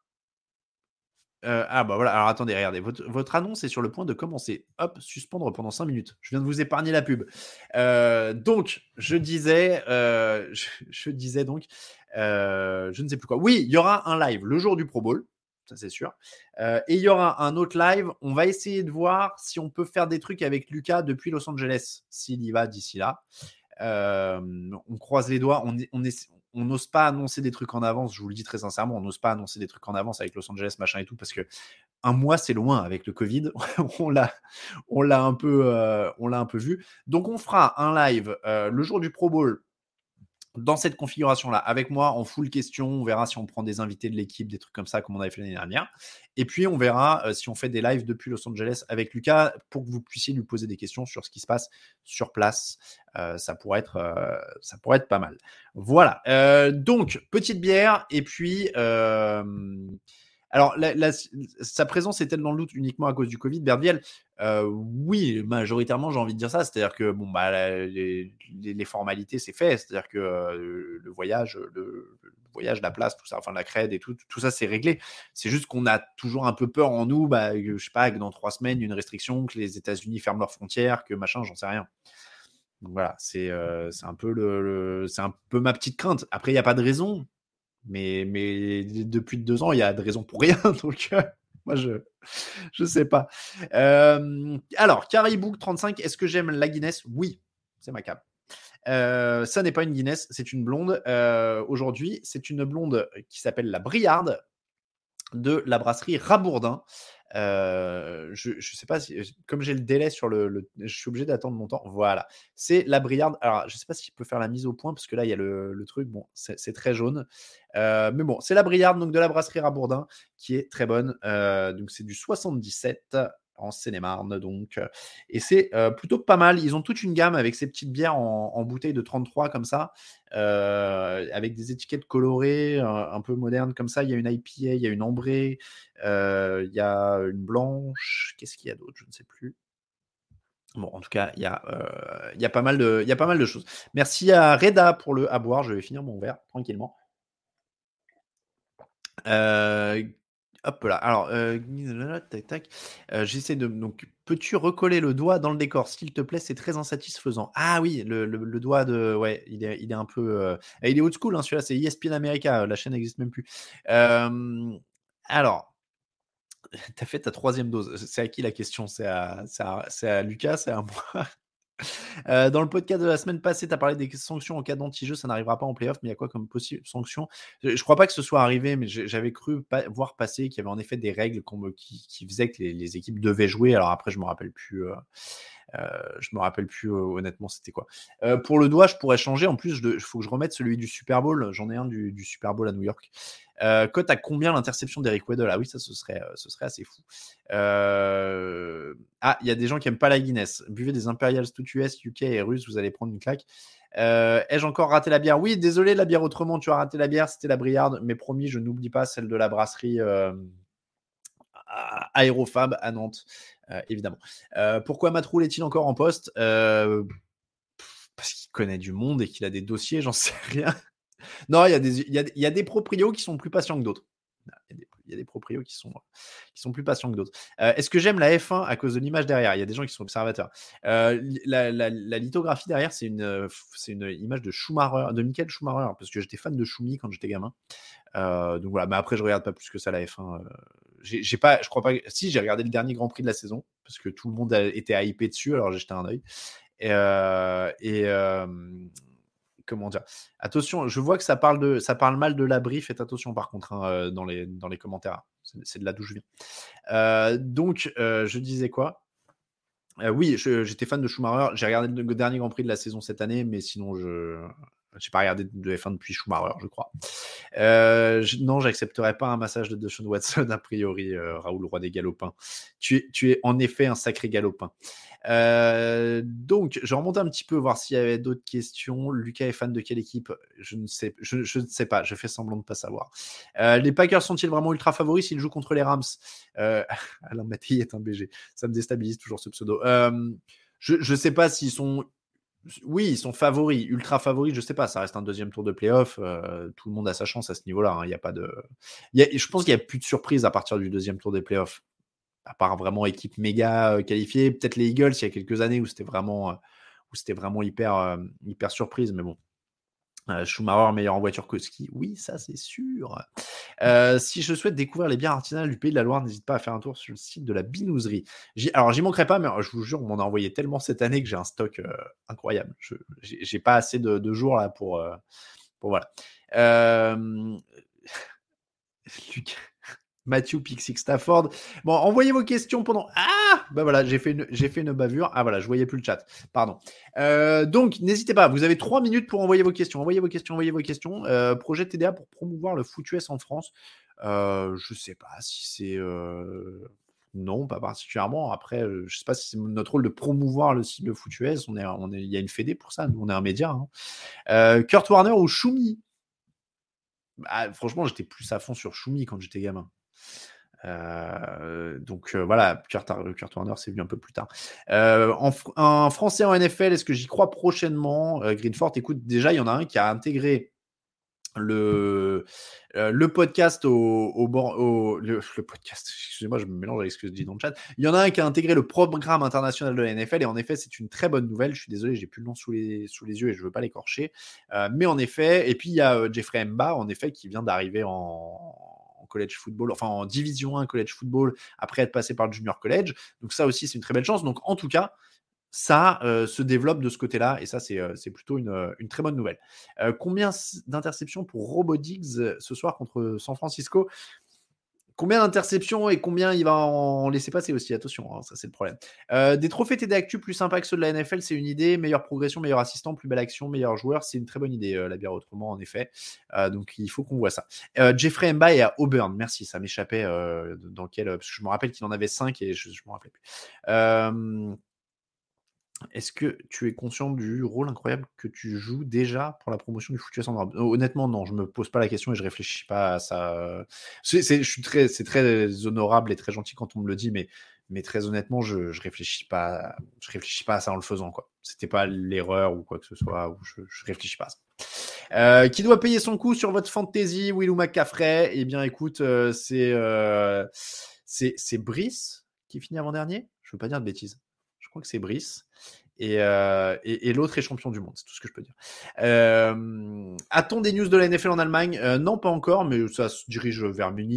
euh, ah bah voilà, alors attendez, regardez, votre, votre annonce est sur le point de commencer. Hop, suspendre pendant cinq minutes. Je viens de vous épargner la pub. Euh, donc, je disais, euh, je, je disais donc, euh, je ne sais plus quoi. Oui, il y aura un live le jour du Pro Bowl, ça c'est sûr. Euh, et il y aura un autre live. On va essayer de voir si on peut faire des trucs avec Lucas depuis Los Angeles, s'il y va d'ici là. Euh, on croise les doigts, on, on, est, on n'ose pas annoncer des trucs en avance, je vous le dis très sincèrement, on n'ose pas annoncer des trucs en avance avec Los Angeles, machin et tout, parce que un mois, c'est loin avec le Covid, on, l'a, on, l'a un peu, euh, on l'a un peu vu. Donc, on fera un live euh, le jour du Pro Bowl dans cette configuration-là, avec moi en full question. On verra si on prend des invités de l'équipe, des trucs comme ça, comme on avait fait l'année dernière. Et puis, on verra euh, si on fait des lives depuis Los Angeles avec Lucas pour que vous puissiez lui poser des questions sur ce qui se passe sur place. Euh, ça, pourrait être, euh, ça pourrait être pas mal. Voilà. Euh, donc, petite bière. Et puis... Euh, alors, la, la, sa présence est-elle dans le doute uniquement à cause du Covid, Berdiel? euh, Oui, majoritairement, j'ai envie de dire ça. C'est-à-dire que bon, bah, la, les, les, formalités, c'est fait. C'est-à-dire que euh, le voyage, le, le voyage, la place, tout ça, enfin la crède et tout, tout ça, c'est réglé. C'est juste qu'on a toujours un peu peur en nous, bah, que, je sais pas, que dans trois semaines, une restriction, que les États-Unis ferment leurs frontières, que machin, j'en sais rien. Donc voilà, c'est euh, c'est un peu le, le, c'est un peu ma petite crainte. Après, il n'y a pas de raison. Mais, mais depuis deux ans, il y a de raisons pour rien. Donc, euh, moi, je je sais pas. Euh, alors, Caribou trente-cinq, est-ce que j'aime la Guinness? Oui, c'est ma cam. Euh, ça n'est pas une Guinness, c'est une blonde. Euh, aujourd'hui, c'est une blonde qui s'appelle la Briarde de la brasserie Rabourdin. Euh, je ne sais pas si, comme j'ai le délai sur le, le, je suis obligé d'attendre mon temps. Voilà, c'est la Briarde. Alors, je ne sais pas si je peux faire la mise au point parce que là, il y a le, le truc. Bon, c'est, c'est très jaune, euh, mais bon, c'est la Briarde donc de la brasserie Rabourdin qui est très bonne. Euh, donc, c'est du soixante-dix-sept en Seine-et-Marne, donc, et c'est euh, plutôt pas mal. Ils ont toute une gamme avec ces petites bières en, en bouteille de trente-trois comme ça, euh, avec des étiquettes colorées, un, un peu modernes comme ça. Il y a une I P A, il y a une ambrée, euh, il y a une blanche. Qu'est-ce qu'il y a d'autre? Je ne sais plus. Bon, en tout cas, il y a, euh, il y a pas mal de, il y a pas mal de choses. Merci à Reda pour le à boire. Je vais finir mon verre tranquillement. Euh, Hop là. Alors, euh, tac, tac. Euh, j'essaie de. Donc, peux-tu recoller le doigt dans le décor, s'il te plaît? C'est très insatisfaisant. Ah oui, le, le, le doigt de. Ouais, il est, il est un peu. Euh... Il est old school, hein, celui-là. C'est E S P N America. La chaîne n'existe même plus. Euh... Alors, T'as fait ta troisième dose. C'est à qui la question? C'est à, c'est à, c'est à Lucas, c'est à moi. Euh, dans le podcast de la semaine passée, tu as parlé des sanctions en cas d'anti-jeu. Ça n'arrivera pas en playoff, mais il y a quoi comme possible sanction? Je ne crois pas que ce soit arrivé, mais j'avais cru pas, voir passer qu'il y avait en effet des règles qu'on me, qui, qui faisaient que les, les équipes devaient jouer. Alors après, je me rappelle plus. Euh, euh, je me rappelle plus euh, honnêtement c'était quoi. Euh, pour le doigt, je pourrais changer. En plus, il faut que je remette celui du Super Bowl. J'en ai un du, du Super Bowl à New York. Euh, cote à combien l'interception d'Eric Weddle? Ah oui, ça ce serait, ce serait assez fou. Euh... Ah, il y a des gens qui aiment pas la Guinness. Buvez des Imperials tout U S, U K et Russe, vous allez prendre une claque. Euh, ai-je encore raté la bière? Oui, désolé, la bière autrement, tu as raté la bière, c'était la Briarde, mais promis, je n'oublie pas celle de la brasserie euh, Aérofab à Nantes, euh, évidemment. Euh, pourquoi Matroul est-il encore en poste? euh, Parce qu'il connaît du monde et qu'il a des dossiers, j'en sais rien. Non, il y a des, il y a, il y a des proprios qui sont plus patients que d'autres. Il y a des, il y a des proprios qui sont, qui sont plus patients que d'autres. Euh, est-ce que j'aime la F un à cause de l'image derrière? Il y a des gens qui sont observateurs. Euh, la, la, la lithographie derrière, c'est une, c'est une image de Schumacher, de Michael Schumacher, parce que j'étais fan de Schumi quand j'étais gamin. Euh, donc voilà, mais après, je regarde pas plus que ça la F un. Euh, j'ai, j'ai pas, je crois pas. Si, j'ai regardé le dernier Grand Prix de la saison, parce que tout le monde a, était hypé dessus, alors j'ai jeté un œil. Et, euh, et euh, comment dire? Attention, je vois que ça parle, de, ça parle mal de l'abri. Faites attention par contre hein, dans, les, dans les commentaires. C'est, c'est de là d'où je viens. Euh, donc, euh, je disais quoi? euh, Oui, je, j'étais fan de Schumacher. J'ai regardé le dernier Grand Prix de la saison cette année, mais sinon, je n'ai pas regardé de F un depuis Schumacher, je crois. Euh, je, non, j'accepterai pas un massage de Deshaun Watson, a priori, euh, Raoul, roi des galopins. Tu es, tu es en effet un sacré galopin. Euh, donc, je remonte un petit peu voir s'il y avait d'autres questions. Lucas est fan de quelle équipe? Je ne sais, je, je ne sais pas. Je fais semblant de ne pas savoir. Euh, les Packers sont-ils vraiment ultra favoris s'ils jouent contre les Rams? euh, Alain Mattei est un B G. Ça me déstabilise toujours ce pseudo. Euh, je ne sais pas s'ils sont. Oui, ils sont favoris, ultra favoris, je sais pas, ça reste un deuxième tour de playoff, euh, tout le monde a sa chance à ce niveau-là, il hein, y a pas de... Y a, je pense qu'il n'y a plus de surprise à partir du deuxième tour des playoffs, à part vraiment équipe méga euh, qualifiée, peut-être les Eagles il y a quelques années où c'était vraiment, euh, où c'était vraiment hyper, euh, hyper surprise, mais bon. Euh, Schumacher meilleur en voiture que ski, oui, ça c'est sûr. Euh, si je souhaite découvrir les bières artisanales du Pays de la Loire, n'hésite pas à faire un tour sur le site de la Binouserie. J'y, alors j'y manquerai pas, mais je vous jure, on m'en a envoyé tellement cette année que j'ai un stock euh, incroyable. Je, j'ai, j'ai pas assez de, de jours là pour, euh, pour voilà. Euh... Lucas. Matthew Pixix Stafford. Bon, envoyez vos questions pendant. Ah ben voilà, j'ai fait une, j'ai fait une bavure. Ah voilà, je voyais plus le chat. Pardon. Euh, donc, n'hésitez pas. Vous avez trois minutes pour envoyer vos questions. Envoyez vos questions, envoyez vos questions. Euh, projet T D A pour promouvoir le foot U S en France. Euh, je sais pas si c'est. Euh... Non, pas particulièrement. Après, euh, je sais pas si c'est notre rôle de promouvoir le, le foot U S. On est, on est, il y a une fédé pour ça. Nous, on est un média. Hein. Euh, Kurt Warner ou Shumi? Bah, franchement, j'étais plus à fond sur Shumi quand j'étais gamin. Euh, donc euh, voilà, Kurt, Kurt Warner, c'est venu un peu plus tard. Euh, en, un Français en N F L, est-ce que j'y crois prochainement? euh, Greenford, écoute, déjà, il y en a un qui a intégré le, euh, le podcast au, au, au le, le podcast, excusez-moi, je me mélange avec ce que je dis dans le chat. Il y en a un qui a intégré le programme international de la N F L et en effet, c'est une très bonne nouvelle. Je suis désolé, j'ai plus le nom sous les, sous les yeux et je veux pas l'écorcher. Euh, mais en effet, et puis il y a euh, Jeffrey Mba, en effet, qui vient d'arriver en college football, enfin en division un college football après être passé par le junior college. Donc ça aussi, c'est une très belle chance. Donc en tout cas, ça euh, se développe de ce côté-là et ça, c'est, euh, c'est plutôt une, une très bonne nouvelle. Euh, combien d'interceptions pour Robo Diggs ce soir contre San Francisco? Combien d'interceptions et combien il va en laisser passer aussi? Attention, hein, ça c'est le problème. Euh, des trophées T D Actu plus sympas que ceux de la N F L, c'est une idée. Meilleure progression, meilleur assistant, plus belle action, meilleur joueur, c'est une très bonne idée, euh, la bière autrement, en effet. Euh, donc il faut qu'on voit ça. Euh, Jeffrey Mba est à Auburn, merci, ça m'échappait euh, dans quel. Parce que je me rappelle qu'il en avait cinq et je ne me rappelais plus. Euh, Est-ce que tu es conscient du rôle incroyable que tu joues déjà pour la promotion du foot U S en Europe? Honnêtement, non, je me pose pas la question et je réfléchis pas à ça. C'est, c'est, je suis très, c'est très honorable et très gentil quand on me le dit, mais, mais très honnêtement, je, je réfléchis pas, je réfléchis pas à ça en le faisant, quoi. C'était pas l'erreur ou quoi que ce soit, ou je, je réfléchis pas à ça. Euh, qui doit payer son coup sur votre fantasy, Will ou McCaffrey? Eh bien, écoute, euh, c'est, euh, c'est, c'est Brice qui finit avant-dernier. Je veux pas dire de bêtises. Je crois que c'est Brice. Et, euh, et, et l'autre est champion du monde, c'est tout ce que je peux dire. Euh, a-t-on des news de la N F L en Allemagne? euh, Non, pas encore, mais ça se dirige vers Munich. Hein.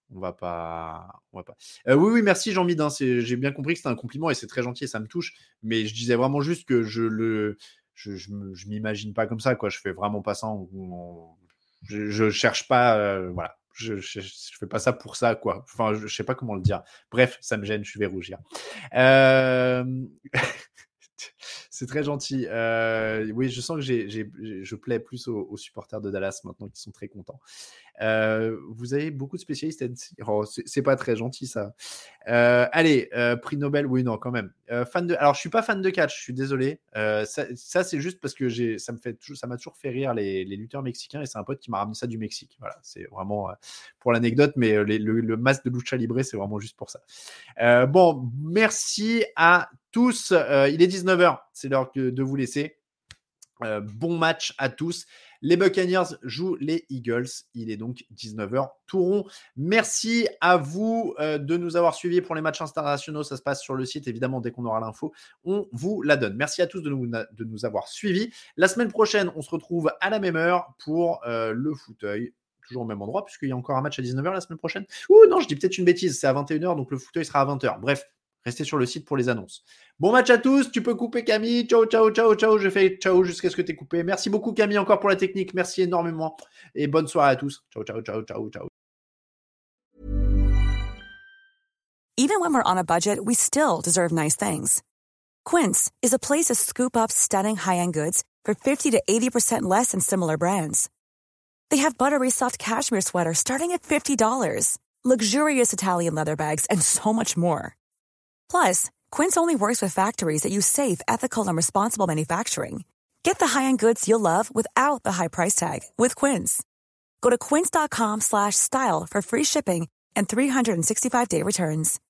On va pas. On va pas. Euh, oui, oui, merci Jean-Mid. Hein, j'ai bien compris que c'était un compliment et c'est très gentil et ça me touche. Mais je disais vraiment juste que je le. Je, je, je m'imagine pas comme ça, quoi. Je fais vraiment pas ça. En, en, je, je cherche pas. Euh, voilà. Je, je, je fais pas ça pour ça, quoi. Enfin, je, je sais pas comment le dire. Bref, ça me gêne, je vais rougir. Euh... C'est très gentil. Euh, oui, je sens que j'ai, j'ai, je plais plus aux, aux supporters de Dallas maintenant qui sont très contents. Euh, vous avez beaucoup de spécialistes. Oh, c'est, c'est pas très gentil ça. Euh, allez, euh, prix Nobel, oui, non, quand même. Euh, fan de, alors je suis pas fan de catch, je suis désolé. Euh, ça, ça c'est juste parce que j'ai, ça me fait, ça m'a toujours fait rire les, les lutteurs mexicains et c'est un pote qui m'a ramené ça du Mexique. Voilà, c'est vraiment euh, pour l'anecdote, mais les, le, le masque de lucha libre, c'est vraiment juste pour ça. Euh, bon, merci à tous. Euh, il est dix-neuf heures, c'est l'heure de, de vous laisser. Euh, bon match à tous. Les Buccaneers jouent les Eagles. Il est donc dix-neuf heures tout rond. Merci à vous euh, de nous avoir suivis pour les matchs internationaux. Ça se passe sur le site. Évidemment, dès qu'on aura l'info, on vous la donne. Merci à tous de nous, de nous avoir suivis. La semaine prochaine, on se retrouve à la même heure pour euh, le fauteuil. Toujours au même endroit, puisqu'il y a encore un match à dix-neuf heures la semaine prochaine. Ouh non, je dis peut-être une bêtise. C'est à vingt et une heures, donc le fauteuil sera à vingt heures. Bref. Restez sur le site pour les annonces. Bon match à tous. Tu peux couper Camille. Ciao, ciao, ciao, ciao. Je fais ciao jusqu'à ce que tu aies coupé. Merci beaucoup Camille encore pour la technique. Merci énormément. Et bonne soirée à tous. Ciao, ciao, ciao, ciao, ciao. Even when we're on a budget, we still deserve nice things. Quince is a place to scoop up stunning high-end goods for fifty to eighty percent less than similar brands. They have buttery soft cashmere sweaters starting at fifty dollars, luxurious Italian leather bags, and so much more. Plus, Quince only works with factories that use safe, ethical, and responsible manufacturing. Get the high-end goods you'll love without the high price tag with Quince. Go to quince.com slash style for free shipping and three sixty-five day returns.